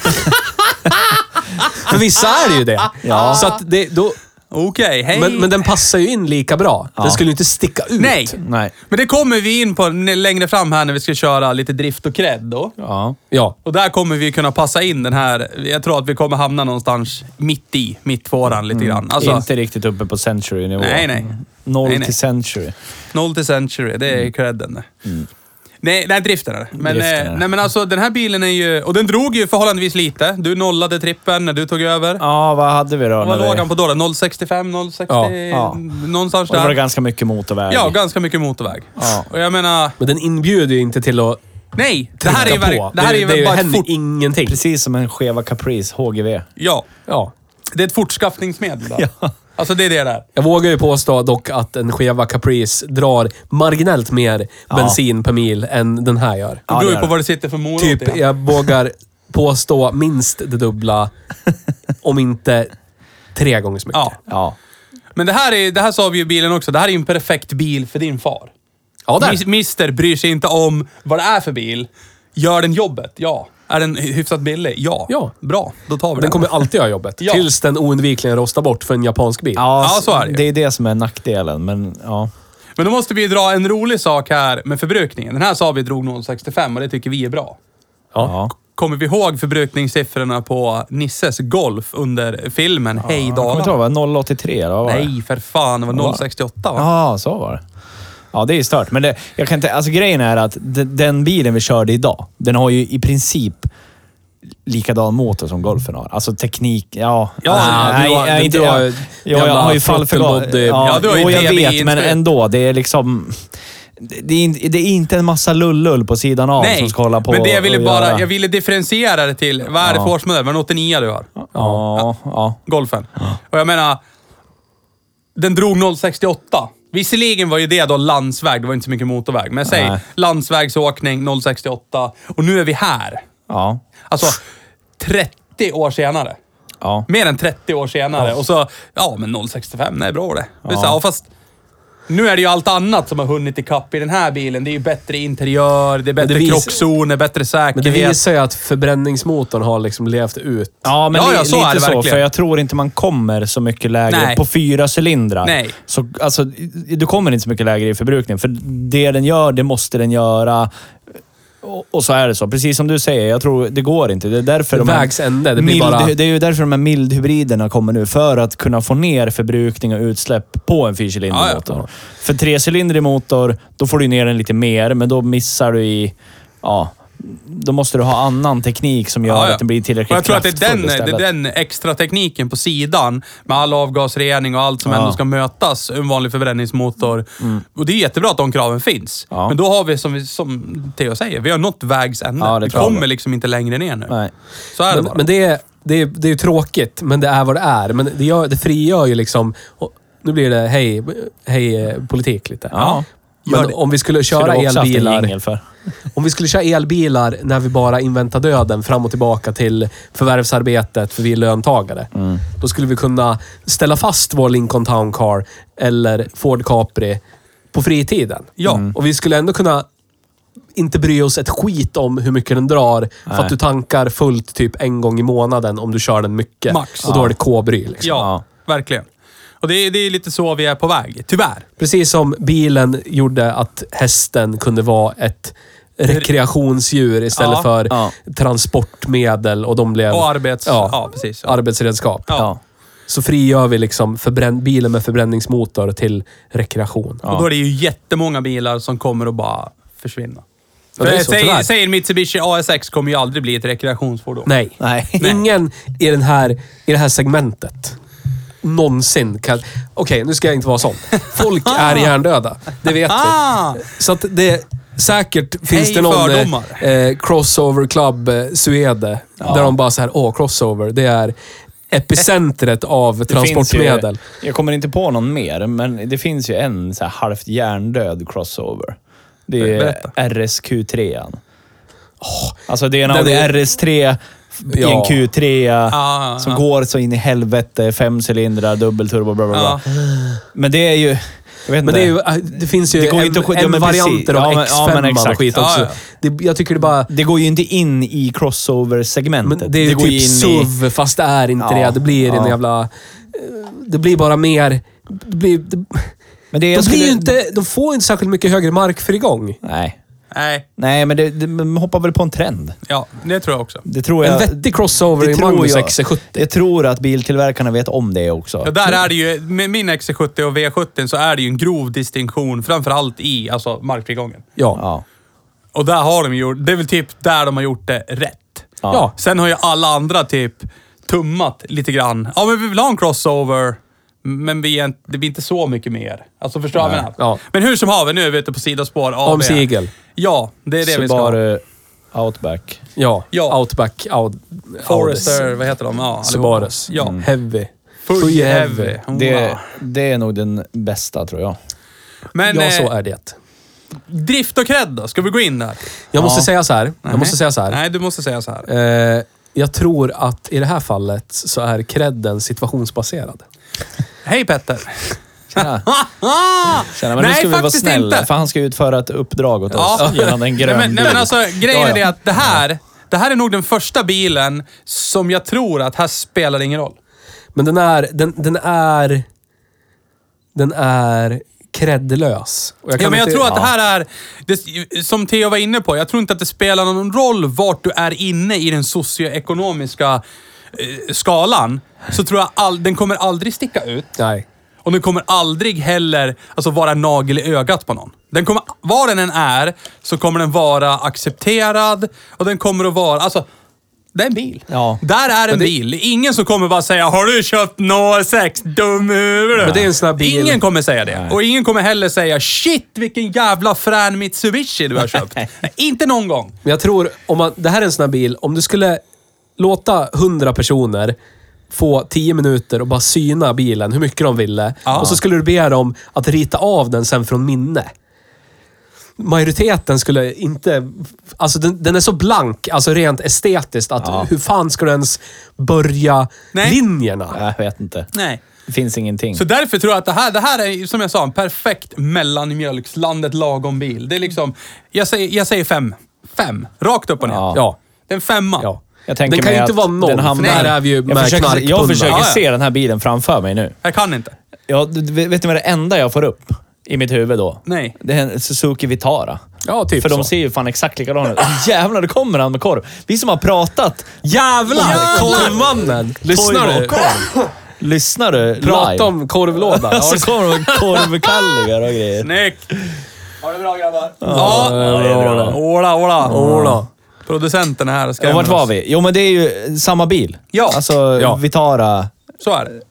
C: För vissa är det ju det.
B: Ja.
C: Så att det, då,
A: Okej, okay, hej.
C: men, men den passar ju in lika bra. Den skulle ju inte sticka ut.
A: Nej.
B: Nej.
A: Men det kommer vi in på n- längre fram här när vi ska köra lite drift och cred då.
B: Ja.
C: Ja.
A: Och där kommer vi kunna passa in den här, jag tror att vi kommer hamna någonstans mitt i, mitt tvåran lite grann. Alltså,
B: Inte riktigt uppe på Century-nivå.
A: Nej, nej.
B: Noll
A: Nej, nej.
B: till Century.
A: noll till Century, det är credden. Nej, nej, driften är det. Men,
B: Driften är
A: eh,
B: det.
A: nej, men alltså den här bilen är ju, och den drog ju förhållandevis lite. Du nollade trippen när du tog över.
B: Ja, vad hade vi då?
A: Vad
B: när
A: låg
B: vi...
A: han på då? noll sextiofem, noll sextio,
C: Ja,
B: ja.
A: någonstans
B: Och det var
A: där.
B: ganska mycket motorväg.
A: Ja, ganska mycket motorväg.
B: Ja.
A: Och jag menar,
C: Men den inbjuder ju inte till att
A: nej, det här är ju
C: trycka
A: verk-
C: på.
A: det här är ju
C: det, det
A: bara ett
C: händer
A: fort...
C: ingenting.
B: Precis som en skeva Caprice, H G V.
A: Ja,
C: Ja.
A: det är ett fortskaffningsmedel då.
B: Ja.
A: Alltså det är det där.
C: Jag vågar ju påstå dock att en skeva Caprice drar marginellt mer
B: Ja.
C: bensin per mil än den här gör.
A: Det
B: Ja,
A: beror
B: det
A: ju
B: gör
A: på
B: det.
A: vad det sitter för morot
C: Typ,
A: i den.
C: jag vågar påstå minst det dubbla, om inte tre gånger så mycket.
A: Ja.
B: Ja.
A: Men det här, är, det här sa vi ju i bilen också. Det här är ju en perfekt bil för din far.
C: Ja, där.
A: Mis- Mister bryr sig inte om vad det är för bil. Gör den jobbet? Ja. Är den hyfsat billig? Ja.
C: Ja.
A: Bra, då tar vi den.
C: Den kommer alltid göra jobbet.
A: Ja.
C: Tills den oundvikligen rostar bort för en japansk bil.
B: Ja,
A: Ja, så är det ju.
B: det är det som är nackdelen, men ja.
A: Men då måste vi dra en rolig sak här med förbrukningen. Den här sa vi drog noll sextiofem och det tycker vi är bra.
B: Ja.
A: Kommer vi ihåg förbrukningssiffrorna på Nisses Golf under filmen Hej
B: Jag kommer inte ihåg,
A: Dala?
B: var det noll åttiotre eller vad var det?
A: Nej, för fan. Det var noll sextioåtta va?
B: Ja, så var det. Ja, det är stört. Men det, jag kan inte, alltså grejen är att de, den bilen vi körde idag, den har ju i princip likadan motor som Golfen har. Alltså teknik, ja.
A: Ja,
B: nej,
C: du har-
B: nej,
C: du
B: inte
C: har
B: jag.
C: ju
B: Jag, jag
C: jävla
B: har ju fallförgal.
C: throttle-body.
B: Ja,
A: Ja, du har ju
B: jo, jag
A: T V
B: vet, men
A: inspel.
B: ändå. Det är liksom... Det är, inte, det är inte en massa lullull på sidan av
A: Nej,
B: som ska hålla på
A: men det jag ville
B: och
A: bara,
B: göra.
A: jag ville differentiera det till, vad är det
B: Ja.
A: för årsmodell? Var det en åttionio du har?
B: Ja, ja.
A: Golfen. Och jag menar, den drog noll sextioåtta. Visserligen var ju det då landsväg, det var inte så mycket motorväg. Men säg
B: Nej.
A: landsvägsåkning noll sextioåtta och nu är vi här.
B: Ja.
A: Alltså, trettio år senare.
B: Ja.
A: Mer än trettio år senare. Och så, ja men noll sextiofem, nej bra det. Ja.
B: Ja.
A: Så, ja, fast nu är det ju allt annat som har hunnit ikapp i den här bilen. Det är ju bättre interiör, det är bättre
C: det vis-
A: krockzoner, bättre
C: Men
A: säkerhet.
C: det visar ju att förbränningsmotorn har liksom levt ut.
B: Ja, men
A: Ja,
B: li-
A: ja, så är
B: lite
A: det
B: så.
A: verkligen.
B: För jag tror inte man kommer så mycket lägre
A: Nej.
B: på fyra cylindrar.
A: Nej.
B: Så, alltså, du kommer inte så mycket lägre i förbrukning. För det den gör, det måste den göra. Och, och så är det så. Precis som du säger, jag tror det går inte. Det är därför
C: Det
B: de här
C: vägs ände. Det blir
B: mild,
C: bara...
B: det är ju därför de här mildhybriderna kommer nu. För att kunna få ner förbrukning och utsläpp på en fyrcylindrig
A: Ja, ja.
B: motor. För trecylindrig motor, då får du ner den lite mer, men då missar du i... Ja, då måste du ha annan teknik som gör
A: Ja, ja.
B: att den blir
A: Och
B: tillräckligt
A: jag tror att det är,
B: kraftfull
A: den, det
B: istället.
A: är den extra tekniken på sidan med all avgasrening och allt som
B: Ja.
A: ändå ska mötas en vanlig förbränningsmotor. Och det är jättebra att de kraven finns.
B: Ja.
A: Men då har vi, som, vi, som Theo säger, vi har nått vägs ände.
B: Ja, det
A: vi
B: tror jag.
A: kommer liksom inte längre ner nu.
B: Nej.
A: Så är det
C: Men,
A: bara.
C: men det, är, det, är, det är ju tråkigt, men det är vad det är. Men det, gör, det frigör ju liksom... och Nu blir det hej, hej eh, politik lite.
B: Ja.
A: Gör
C: Men
A: det.
C: om vi skulle
B: Skulle
C: köra
B: du också haft en
C: elbilar...
B: jingel för.
C: Om vi skulle köra elbilar när vi bara inväntar döden fram och tillbaka till förvärvsarbetet för vi är löntagare.
B: Mm.
C: Då skulle vi kunna ställa fast vår Lincoln Town Car eller Ford Capri på fritiden.
A: Ja.
B: Mm.
C: Och vi skulle ändå kunna inte bry oss ett skit om hur mycket den drar. För
B: Nej.
C: att du tankar fullt typ en gång i månaden om du kör den mycket.
A: Max.
C: Och då
B: Ja.
C: är det K-bry liksom.
A: Ja, verkligen. Och det är, det är lite så vi är på väg. Tyvärr.
C: Precis som bilen gjorde att hästen kunde vara ett rekreationsdjur istället
A: Ja.
C: för
B: Ja.
C: transportmedel och de blev
A: Och arbets...
C: Ja.
A: Ja, precis. Ja.
C: arbetsredskap.
A: Ja.
B: Ja.
C: Så frigör vi liksom förbrän- bilen med förbränningsmotor till rekreation.
A: Och då är det ju jättemånga bilar som kommer att bara försvinna.
C: Ja, det är
A: För
C: så, tyvärr.
A: säg, säg en Mitsubishi A S X kommer ju aldrig bli ett rekreationsfordon.
C: Nej.
B: Nej.
C: Ingen i, den här, i det här segmentet någonsin kan... Okej, nu ska jag inte vara sån. Folk är hjärndöda. Det vet vi.
A: Ah!
C: Så att det... Säkert finns
A: Hej,
C: det någon
A: fördomar.
C: eh, eh, crossover club eh, Suede. Där de bara så här, åh, crossover. Det är epicentret av
B: Det
C: transportmedel.
B: finns ju, jag kommer inte på någon mer, men det finns ju en så här halvt hjärndöd crossover. Det är
A: Berätta.
B: R S Q tre.
C: Oh,
B: Alltså det är en
C: Den
B: Audi
C: är-
B: R S tre i en
C: Ja.
B: Q tre
A: Ja,
B: som
A: ja.
B: går så in i helvete. Fem cylindrar, dubbelturbo, bla bla bla.
A: Ja.
B: Men det är ju... Jag vet
C: Men
B: inte.
C: det, är ju, det finns ju
B: Det går
C: en,
B: inte att skilja- ja,
C: en
B: men
C: varianter
B: precis.
C: av
B: Ja, men-
C: X
B: ja,
C: fem
B: men exakt.
C: och skit
A: Ja,
C: också.
A: ja.
C: Det, jag tycker det bara...
B: Det går ju inte in i crossover-segmentet.
C: Men det är ju
B: går
C: typ
B: in
C: S U V, fast det är inte
B: Ja,
C: det. Det blir en
B: ja.
C: jävla... eh, Det blir bara mer... Det blir, det,
B: Men det
C: de,
B: jag
C: blir ju
B: skulle-
C: inte, de får inte särskilt mycket högre mark för igång.
B: Nej.
A: Nej,
B: Nej, men det, det man hoppar väl på en trend.
A: ja, det tror jag också.
B: Det tror jag...
C: En vettig crossover
B: det
C: i
B: tror
C: Magnus
B: jag.
C: X C sjuttio.
B: Jag tror att biltillverkarna vet om det också.
A: Ja, där är det ju, med min X C sjuttio och V sjuttio så är det ju en grov distinktion, framförallt i alltså markfrigången.
C: Ja.
B: Ja.
A: Och där har de gjort, det är väl typ där de har gjort det rätt.
B: Ja.
C: Ja.
A: Sen har ju alla andra typ tummat lite grann. Ja, men vi vill ha en crossover, men vi är inte, det blir inte så mycket mer. Alltså förstår jag vad jag menar?
C: Ja.
A: Men hur som haver, nu är vi ute på sidospår. A B.
C: Om sigel.
A: Ja, det är det vi ska ha.
B: Subaru Outback.
C: Ja.
A: Ja.
C: Outback, out,
A: Forester, vad heter de? Ja,
C: Subarus.
A: Ja.
C: Mm. Heavy.
A: Full heavy.
B: Det,
A: Wow.
B: det är nog den bästa, tror jag.
A: Men
C: Ja,
A: eh,
C: så är det.
A: drift och cred då? Ska vi gå in där?
C: Jag måste
B: Ja.
C: säga så här. Jag
A: Nej.
C: måste säga så här.
A: Nej, du måste säga så här.
C: Eh, jag tror att i det här fallet så är credden situationsbaserad.
A: Hej Petter!
B: Tjena.
A: Ah!
B: Tjena, men nu
A: Nej,
B: ska vi vara
A: faktiskt
B: snälla,
A: inte.
B: för han ska utföra ett uppdrag åt oss
A: Ja.
B: genom en grön
A: nej, men, nej, men
B: bil.
A: alltså, grejen
B: Ja, ja.
A: är det att det här, det här är nog den första bilen som jag tror att här spelar ingen roll.
C: Men den är... Den, den är... Den är kreddlös. Och
A: Ja,
C: kan
A: men jag
C: inte-
A: tror att det här är, det, som Theo var inne på, jag tror inte att det spelar någon roll vart du är inne i den socioekonomiska eh, skalan. Så tror jag all, den kommer aldrig sticka ut.
C: Nej.
A: Och den kommer aldrig heller alltså, vara en nagel i ögat på någon. Den kommer, var den än är, så kommer den vara accepterad. Och den kommer att vara, alltså, det är en bil.
B: Ja.
A: Där är en
C: det-
A: bil. Det är ingen som kommer bara säga, har du köpt en H sex, dum huvud?
C: Men det är en sån här bil-
A: Ingen kommer säga det.
B: Nej.
A: Och ingen kommer heller säga, shit vilken jävla frän Mitsubishi du har köpt. Nej, inte någon gång.
C: Men jag tror, om man, det här är en sån här bil, om du skulle låta hundra personer få tio minuter och bara syna bilen hur mycket de ville.
A: Ja.
C: Och så skulle du be dem att rita av den sen från minne. Majoriteten skulle inte... Alltså den, den är så blank, alltså rent estetiskt, att
B: Ja.
C: hur fan ska du ens börja
A: Nej.
C: linjerna?
B: Jag vet inte.
A: Nej.
B: Det finns ingenting.
A: Så därför tror jag att det här, det här är, som jag sa, en perfekt mellanmjölkslandet lagom bil. Det är liksom, jag säger, jag säger fem. Fem. Rakt upp och ner.
B: Ja.
C: Ja.
A: Det är en femma.
C: ja.
B: Jag tänker
C: Den kan
B: mig
C: ju inte
B: att
C: vara noll,
B: den hamnar-
C: för där är vi ju med
B: jag försöker, jag
C: knarkpundar.
B: försöker
A: Ja, ja.
B: se den här bilen framför mig nu.
A: Jag kan inte.
B: Ja, du- vet vet ni vad det enda jag får upp i mitt huvud då?
A: Nej.
B: Det är en Suzuki Vitara.
C: Ja, typ
B: För
C: så.
B: de ser ju fan exakt likadana ut. Jävlar, det kommer han med korv. Vi som har pratat.
C: Jävlar!
A: Jävlar!
C: Korvmannen! Lyssnar
B: Toivo
C: du?
B: korv. Lyssnar du live?
C: Prata om korvlåda.
B: Så kommer de med korvkallingar och grejer.
A: Snyggt! Ha det bra grabbar. Ja.
B: Ja, det är bra.
A: Åla, åla.
C: Åla.
A: Producenten är här och
B: Ja,
A: skrämmer
B: vart var
A: oss.
B: vi? Jo, men det är ju samma bil.
A: Ja.
B: Alltså,
C: Ja.
B: Vitara.
A: Så är det.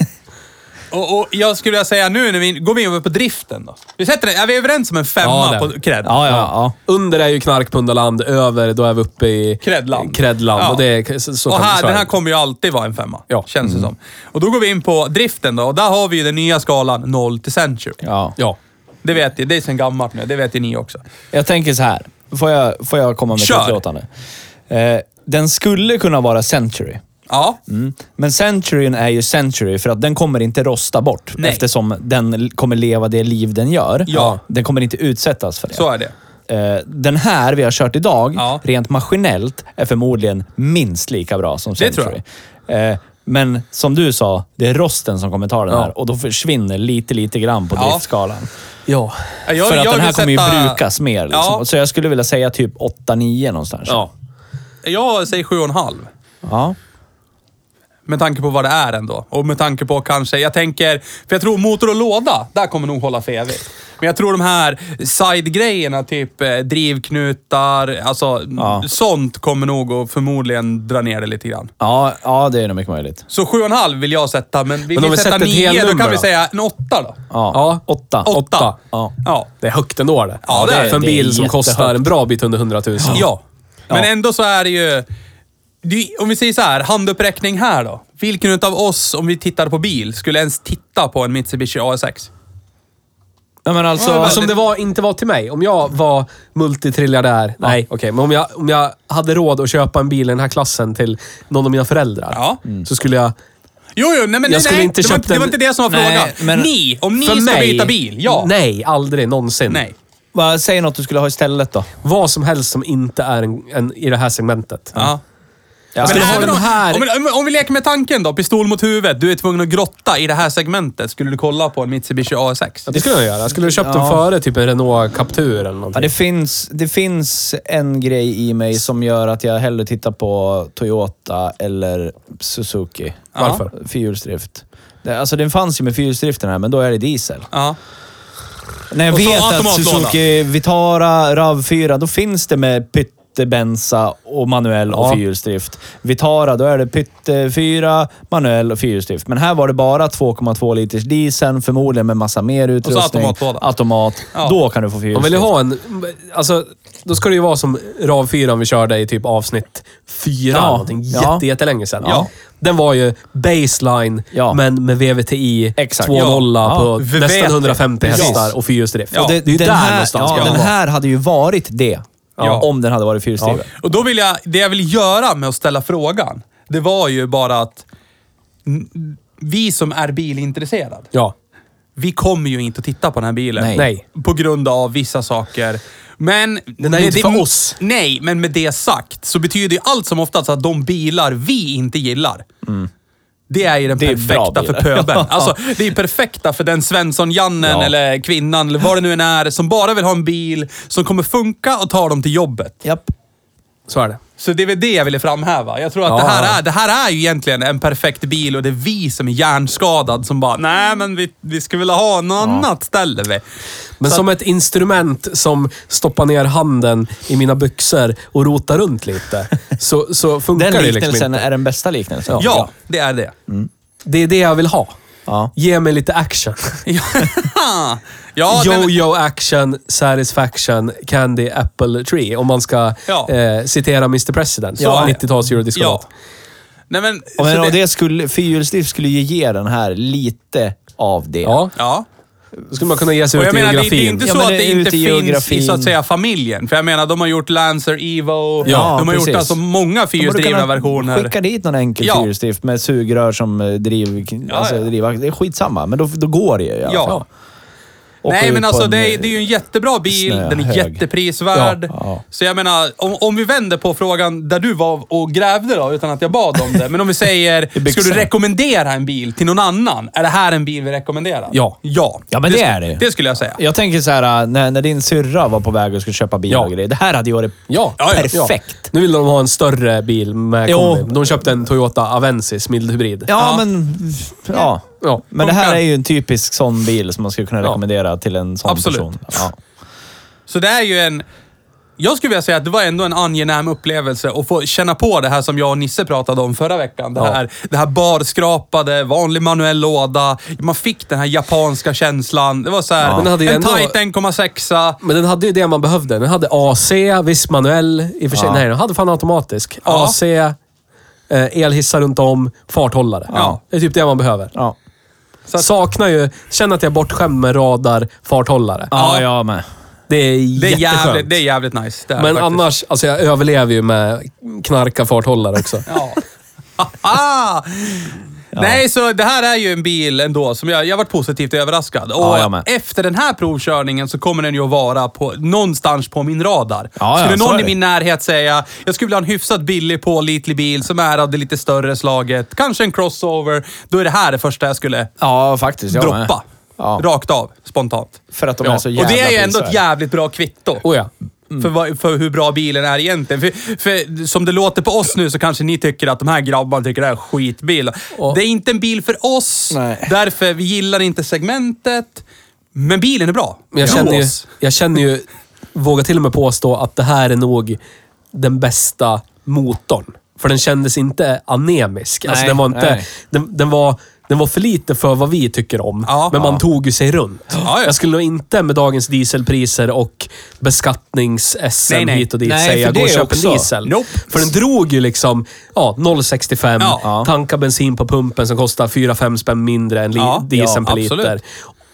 A: Och, och jag skulle vilja säga nu när vi går vi över på driften då. Vi sätter den, är vi överens om en femma
C: Ja, det är
A: på
C: vi.
A: cred?
B: Ja, ja, ja.
C: Under är ju knarkpundaland, över då är vi uppe i...
A: Credland.
C: Credland.
A: Ja.
C: Och det är, så, så
A: Och
C: kan
A: här,
C: så är
A: den här
C: det.
A: kommer ju alltid vara en femma.
C: Ja.
A: Känns det som. Och då går vi in på driften då. Och där har vi ju den nya skalan noll till Century.
B: ja.
C: Ja.
A: Det vet jag, det är sen gammalt nu. Det vet ju ni också.
B: Jag tänker så här. Får jag, får jag komma med ett
A: Kör.
B: utlåtande? Eh, den skulle kunna vara Century.
A: Ja.
B: Mm. Men Centuryn är ju Century för att den kommer inte rosta bort.
A: Nej.
B: Eftersom den kommer leva det liv den gör.
A: Ja.
B: Den kommer inte utsättas för det.
A: Så är det.
B: Eh, den här vi har kört idag,
A: Ja.
B: rent maskinellt, är förmodligen minst lika bra som
A: Det
B: Century.
A: tror
B: Eh, men som du sa, det är rosten som kommer ta den
C: Ja.
B: här. Och då försvinner lite, lite grann på
A: Ja.
B: driftskalan.
C: Ja.
A: Jag,
B: för att
A: jag
B: den här
A: vill
B: kommer ju
A: sätta-
B: brukas mer. Liksom.
A: Ja.
B: Så jag skulle vilja säga typ åtta nio någonstans.
C: Ja.
A: Jag säger sju och en halv.
B: Ja.
A: Med tanke på vad det är ändå. Och med tanke på kanske, jag tänker, för jag tror motor och låda, där kommer nog hålla för evigt. Men jag tror de här side-grejerna, typ eh, drivknutar, alltså
B: Ja.
A: sånt kommer nog att förmodligen dra ner det lite grann.
B: Ja, ja, det är nog mycket möjligt.
A: Så sju och en halv vill jag sätta, men vill
C: Men om
A: vi
C: vi
A: sätta
C: sätter ett
A: nio, då
C: helnummer
A: kan vi
C: då?
A: säga en åtta då.
B: Ja.
C: Ja.
B: Åtta.
A: Åtta.
C: Åtta.
B: Ja.
A: Ja.
C: Det är högt ändå det.
A: Ja, det är det.
C: För en
B: Det är
C: bil som kostar
B: jättehögt.
C: en bra bit under hundratusen.
A: Ja. Men
B: Ja.
A: ändå så är det ju... Det, om vi säger så här, handuppräckning här då. Vilken utav oss, om vi tittar på bil, skulle ens titta på en Mitsubishi A S X?
D: Ja, men alltså...
C: Ja, som det var, inte var till mig. Om jag var multitrilliardär, ja. nej okej. Okay. Men om jag, om jag hade råd att köpa en bil i den här klassen till någon av mina föräldrar.
A: Ja.
C: Mm. Så skulle jag...
A: Jo, jo, nej, men
C: jag skulle
A: nej,
C: inte
A: det, var,
C: köpt en...
A: det var inte det som var frågan.
D: Men...
A: Ni, om ni
C: För
A: ska
C: mig,
A: byta bil, ja.
C: Nej, aldrig någonsin.
A: Nej.
D: Vad, säg något du skulle ha istället då.
C: Vad som helst som inte är en, en, i det här segmentet.
A: Ja.
D: Ja.
A: Men
C: ha
A: även
C: den
A: om,
C: här-
A: om, vi- om vi leker med tanken då, pistol mot huvudet. Du är tvungen att grotta i det här segmentet. Skulle du kolla på en Mitsubishi A S X?
C: Ja, det skulle jag göra. Jag skulle ha köpt
D: Ja.
C: den före typ en Renault Captur eller någonting.
D: Ja, det, finns, det finns en grej i mig som gör att jag hellre tittar på Toyota eller Suzuki.
C: Varför?
D: Fyrhjulsdrift. Det, alltså den fanns ju med fyrhjulsdriften här, men då är det diesel.
A: Ja.
D: När jag
A: Och så
D: vet att
A: automatlåda.
D: Suzuki Vitara RAV fyra, då finns det med pyttebensa och manuell och
C: Ja.
D: fyrhjulsdrift. Vitara, då är det pytte fyra, manuell och fyrhjulsdrift. Men här var det bara två komma två liters diesel, förmodligen med massa mer utrustning.
A: automatlåda.
D: Automat.
A: Ja.
D: Då kan du få
C: Man
D: fyrhjulsdrift.
C: vill ju ha en... Alltså, då ska det ju vara som RAV fyra vi körde i typ avsnitt fyra.
D: Ja.
C: Någonting
D: Ja.
C: jätte, jättelänge sedan.
D: Ja.
C: Den var ju baseline,
D: Ja.
C: men med V V T I
D: Exakt.
C: två noll
D: Ja.
C: på
A: Ja.
C: nästan hundrafemtio
A: Precis.
C: hästar och fyrhjulsdrift.
A: Ja.
C: Och det, det är ju
D: den
C: där
D: här,
C: någonstans.
D: ja,
C: ska
D: den
C: vara.
D: här hade ju varit det.
A: Ja.
D: Om den hade varit fyrhjulsdriven.
A: Och då vill jag, det jag vill göra med att ställa frågan, det var ju bara att n- vi som är bilintresserade,
C: Ja.
A: vi kommer ju inte att titta på den här bilen.
D: Nej.
C: Nej.
A: På grund av vissa saker. Men...
C: Den är ju
A: med
C: inte
A: det-
C: för oss.
A: Nej, men med det sagt så betyder ju allt som oftast att de bilar vi inte gillar, det är ju den
D: Det är bra
A: perfekta för
D: bilar.
A: pöbeln. Alltså, det är perfekta för den Svensson-Jannen
D: Ja.
A: eller kvinnan, eller vad det nu än är, som bara vill ha en bil som kommer funka och ta dem till jobbet.
D: Japp.
C: Så är det.
A: Så det är väl det jag ville framhäva. Jag tror att
C: Ja.
A: det, här är, det här är ju egentligen en perfekt bil och det är vi som är hjärnskadad som bara, nej men vi, vi ska väl ha något annat ställe vi.
C: Men
A: Så
C: som ett instrument som stoppar ner handen i mina byxor och rotar runt lite, så, så funkar
D: Den
C: det liksom
D: liknelsen
C: inte.
D: är den bästa liknelsen.
A: Ja, det är det.
C: Det är det jag vill ha.
D: Ja.
C: Ge mig lite action.
A: Ja, ja den,
C: Yo-yo action, satisfaction, candy apple tree. Om man ska
A: Ja.
C: eh, citera mister President.
A: Ja.
C: Ja, nittio-tals eurodiskolåt.
A: ja. Nej men...
D: Och, men,
A: så
D: och det skulle, fyrhjulsdrift skulle ju ge den här lite av det.
C: Ja,
A: Ja.
C: då skulle man kunna ge sig
A: Och
C: ut
A: jag
C: i
A: menar, det, det är
C: geografin.
A: inte
D: Ja,
A: så
D: men
A: att
D: det
A: det
D: är
A: inte
D: ute i
A: finns i
D: geografin.
A: så att säga familjen. För jag menar, de har gjort Lancer, Evo,
D: Ja,
A: de har
D: precis.
A: gjort alltså många
D: De borde
A: fyrhjulsdrivna
D: kunna
A: versioner.
D: skicka dit någon enkel
A: Ja.
D: fyrhjulsdrift med sugrör som eh, driv, alltså,
A: ja.
D: driva. Det är skitsamma, men då, då går det ju i alla
A: Ja.
D: fall. Åka
A: Nej,
D: ut
A: men
D: på
A: alltså
D: en,
A: det är, det är ju en jättebra bil. Den är
D: snöhög.
A: jätteprisvärd.
D: Ja, ja.
A: Så jag menar, om, om vi vänder på frågan där du var och grävde då, utan att jag bad om det. Men om vi säger, ska
D: byxorna.
A: du rekommendera en bil till någon annan? Är det här en bil vi rekommenderar?
C: Ja.
A: Ja,
D: Ja, men det
A: skulle-
D: är det ju.
A: Det skulle jag säga.
D: Jag tänker så här, när, när din syrra var på väg och skulle köpa bil
C: Ja.
D: och grejer. Det här hade ju varit
C: Ja,
A: Ja, ja.
D: perfekt.
C: Nu vill de ha en större bil med
D: Jo.
C: kombi. De köpte en Toyota Avensis mildhybrid.
D: Ja,
A: Ja.
D: men... Ja.
C: Ja.
D: Men det här
A: Funkar.
D: är ju en typisk sån bil som man skulle kunna
C: Ja.
D: rekommendera till en sån
A: Absolut.
D: person. Ja.
A: Så det är ju en... Jag skulle vilja säga att det var ändå en angenäm upplevelse att få känna på det här som jag och Nisse pratade om förra veckan. Det
C: Ja.
A: här, det här barskrapade, vanlig manuell låda. Man fick den här japanska känslan. Det var så här,
C: Men den hade ju
A: en
C: ändå-
A: tight en komma sex.
C: Men den hade ju det man behövde. Den hade A C, viss manuell. I och för sig,
D: Ja.
C: nej, den hade fan automatisk.
A: Ja.
C: A C, eh, elhissar runt om, farthållare.
A: Ja.
C: Det är typ det man behöver.
D: Ja.
A: Så att-
C: Saknar ju, känner att jag är bortskämd med radar, farthållare.
D: Ja, jag med.
C: Det är
A: Det är,
C: jätteskönt.
A: jävligt, det är jävligt nice. Det är
C: Men
A: faktiskt.
C: annars, alltså jag överlever ju med knarka farthållare också.
A: Ja. Ah! Nej, så det här är ju en bil ändå som jag, jag varit positivt överraskad. Och
D: Ja, jag med.
A: efter den här provkörningen så kommer den ju att vara på, någonstans på min radar.
D: Ja, ja,
A: skulle
D: så
A: någon
D: är
A: i
D: det.
A: min närhet säga, jag skulle vilja ha en hyfsat billig, pålitlig bil som är av det lite större slaget, kanske en crossover, då är det här det första jag skulle
D: Ja, faktiskt. Jag med.
A: droppa.
D: Ja.
A: Rakt av, spontant.
D: För att de
A: Ja.
D: är så
A: Och
D: jävla
A: det är ju ändå ett
D: prisvärda.
A: jävligt bra kvitto.
C: Oh ja.
A: För, vad, för hur bra bilen är egentligen. För, för som det låter på oss nu så kanske ni tycker att de här grabbarna tycker det här är skitbil.
C: Och-
A: Det är inte en bil för oss.
D: Nej.
A: Därför vi gillar inte segmentet. Men bilen är bra.
C: Men jag
A: För
C: känner, ju,
A: oss.
C: jag känner ju, vågar till och med påstå att det här är nog den bästa motorn. För den kändes inte anemisk. Alltså
D: Nej,
C: den var inte...
D: nej.
C: Den, den, var, den var för lite för vad vi tycker om.
A: Ja.
C: men man
A: Ja.
C: tog ju sig runt.
A: Ja, ja.
C: Jag skulle nog inte med dagens dieselpriser och beskattnings-S M
A: Nej, nej.
C: hit och dit
D: Nej,
C: säga
D: för
C: gå och
D: det
C: köp
D: också.
C: en diesel.
A: Nope.
C: För den drog ju liksom ja, noll komma sextiofem.
A: Ja.
C: Tanka bensin på pumpen som kostar fyra fem spänn mindre än li-
A: Ja,
C: dieseln
A: ja,
C: per liter.
A: absolut.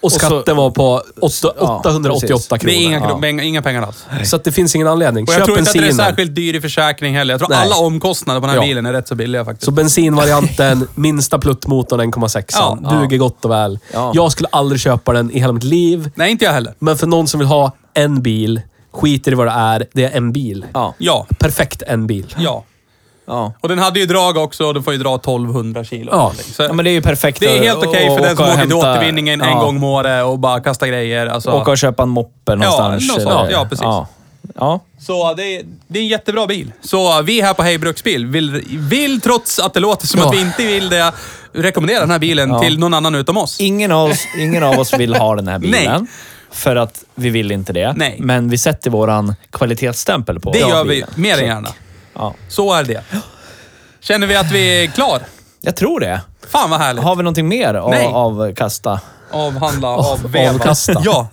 C: Och skatten
D: så,
C: var på åtta,
D: ja,
C: åttahundraåttioåtta kronor.
A: Det är inga,
C: ja.
A: inga, inga pengar alls.
C: Så att det finns ingen anledning.
A: Och jag
C: Köp
A: tror inte att det är
C: bensinen.
A: särskilt dyr i försäkring heller. Jag tror
C: Nej.
A: alla omkostnader på den här
C: Ja.
A: bilen är rätt så billiga faktiskt.
C: Så bensinvarianten, minsta pluttmotorn en komma sex.
A: Ja.
C: Duger gott och väl.
D: Ja.
C: Jag skulle aldrig köpa den i hela mitt liv.
A: Nej, inte jag heller.
C: Men för någon som vill ha en bil, skiter i vad det är, det är en bil.
D: Ja.
A: Ja.
C: Perfekt en bil.
A: Ja.
D: Ja.
A: Och den hade ju drag också och den får ju dra tolvhundra kilo.
C: Ja.
A: Så
D: ja, men det är ju perfekt.
A: det är helt
D: att-
A: okej för
D: att
A: den som
D: åka och
A: åker till
D: hämta-
A: återvinningen en
D: ja.
A: gång om året och bara kasta grejer. Alltså.
D: Åka och köpa en moppe någonstans.
A: något sånt.
D: eller-
A: Ja, precis.
D: Ja. Ja.
A: Så det är, det är en jättebra bil. Så vi här på Hej Bruksbil vill, vill, trots att det låter som
C: Ja.
A: att vi inte vill det, rekommendera den här bilen
D: Ja.
A: till någon annan utom oss.
D: Ingen, av oss, ingen av oss vill ha den här bilen.
A: Nej.
D: För att vi vill inte det.
A: Nej.
D: Men vi sätter våran kvalitetsstämpel på
A: Det
D: den
A: gör vi
D: bilen.
A: mer än
D: Check.
A: gärna.
D: Ja.
A: Så är det. Känner vi att vi är klar?
D: Jag tror det.
A: Fan vad härligt.
D: Har vi någonting mer av,
A: Nej.
D: av kasta?
A: Avhandla, avveva.
C: avkasta.
A: Ja.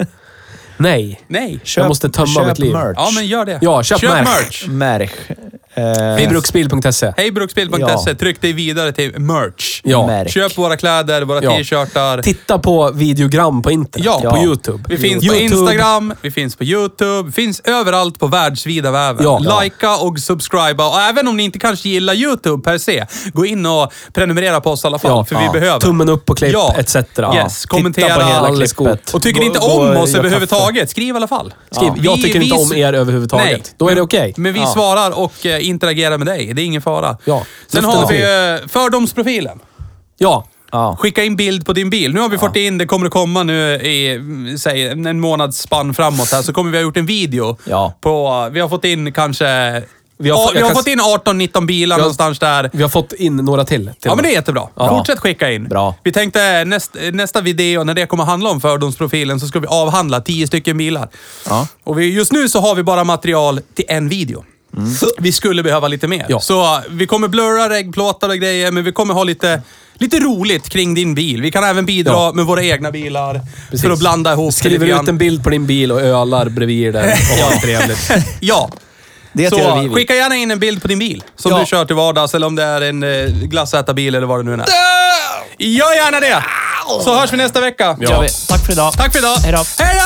C: Nej.
A: Nej.
C: Jag måste tömma
D: köp
C: mitt liv.
D: Merch.
A: Ja, men gör det.
C: Ja, köp merch.
A: merch.
D: Merch. Eh,
C: Hejbruksbil punkt se.
A: Hejbruksbil punkt se.
D: Ja.
A: Tryck dig vidare till merch.
C: Ja.
D: Merch.
A: Köp våra kläder, våra
C: Ja.
A: t-shirtar.
C: Titta på videogram på internet.
A: Ja.
C: På
D: Ja.
C: YouTube.
A: Vi finns
C: YouTube.
A: på Instagram, vi finns på YouTube, finns överallt på världsvida väven.
C: Ja.
A: Likea och subscriba. Och även om ni inte kanske gillar YouTube per se, gå in och prenumerera på oss i alla fall,
C: Ja.
A: för
C: Ja.
A: vi behöver.
C: Tummen upp på klipp,
A: Ja.
C: et cetera.
A: Yes,
C: Titta
A: kommentera.
C: på hela
D: Alldeles
C: klippet.
D: gott.
A: Och tycker ni inte
D: Gå-
A: om
D: gå och
A: oss
D: göra
A: överhuvudtaget, skriv i alla fall.
C: Skriv.
A: Ja.
C: Jag
A: Vi-
C: tycker inte
A: vi-
C: om er överhuvudtaget.
A: Nej.
C: Då är det
A: Men-
C: okej.
A: Men vi
D: Ja.
A: svarar och eh, interagerar med dig. Det är ingen fara.
C: Ja.
A: Sen
C: Luften
A: har
C: är
A: vi eh, fördomsprofilen.
C: Ja.
D: ja.
A: Skicka in bild på din bil. Nu har vi fått in, det kommer att komma nu i, mm, säg, en månads spann framåt här, så kommer vi ha gjort en video.
D: Ja.
A: På, vi har fått in kanske...
C: Vi har
A: Ja,
C: fått-
A: vi
C: jag
A: har
C: kan-
A: fått in arton nitton bilar
C: Jag-
A: någonstans där.
C: Vi har fått in några till. till
A: Ja, men det är jättebra. Fortsätt skicka in.
D: Bra.
A: Vi tänkte näst, nästa video, när det kommer handla om fördomsprofilen, så ska vi avhandla tio stycken bilar.
D: Ja.
A: Och vi, just nu så har vi bara material till en video. Vi skulle behöva lite mer.
C: Ja.
A: Så vi kommer blurra reggplåtar och grejer, men vi kommer ha lite, lite roligt kring din bil. Vi kan även bidra
C: Ja.
A: med våra egna bilar.
C: Precis.
A: För att blanda ihop
C: Skriver
A: lite
C: ut
A: grann.
C: en bild på din bil och ölar bredvid den. Och har trevligt.
A: Ja.
D: Det gör
A: Så
D: vi. vi.
A: skicka gärna in en bild på din bil som
C: Ja.
A: du kör till vardags, eller om det är en eh, glassätarbil eller vad det nu är. Gör gärna det! Så hörs vi nästa vecka.
D: Gör vi. Tack för idag.
A: Tack för idag.
D: Hej då.
A: Hej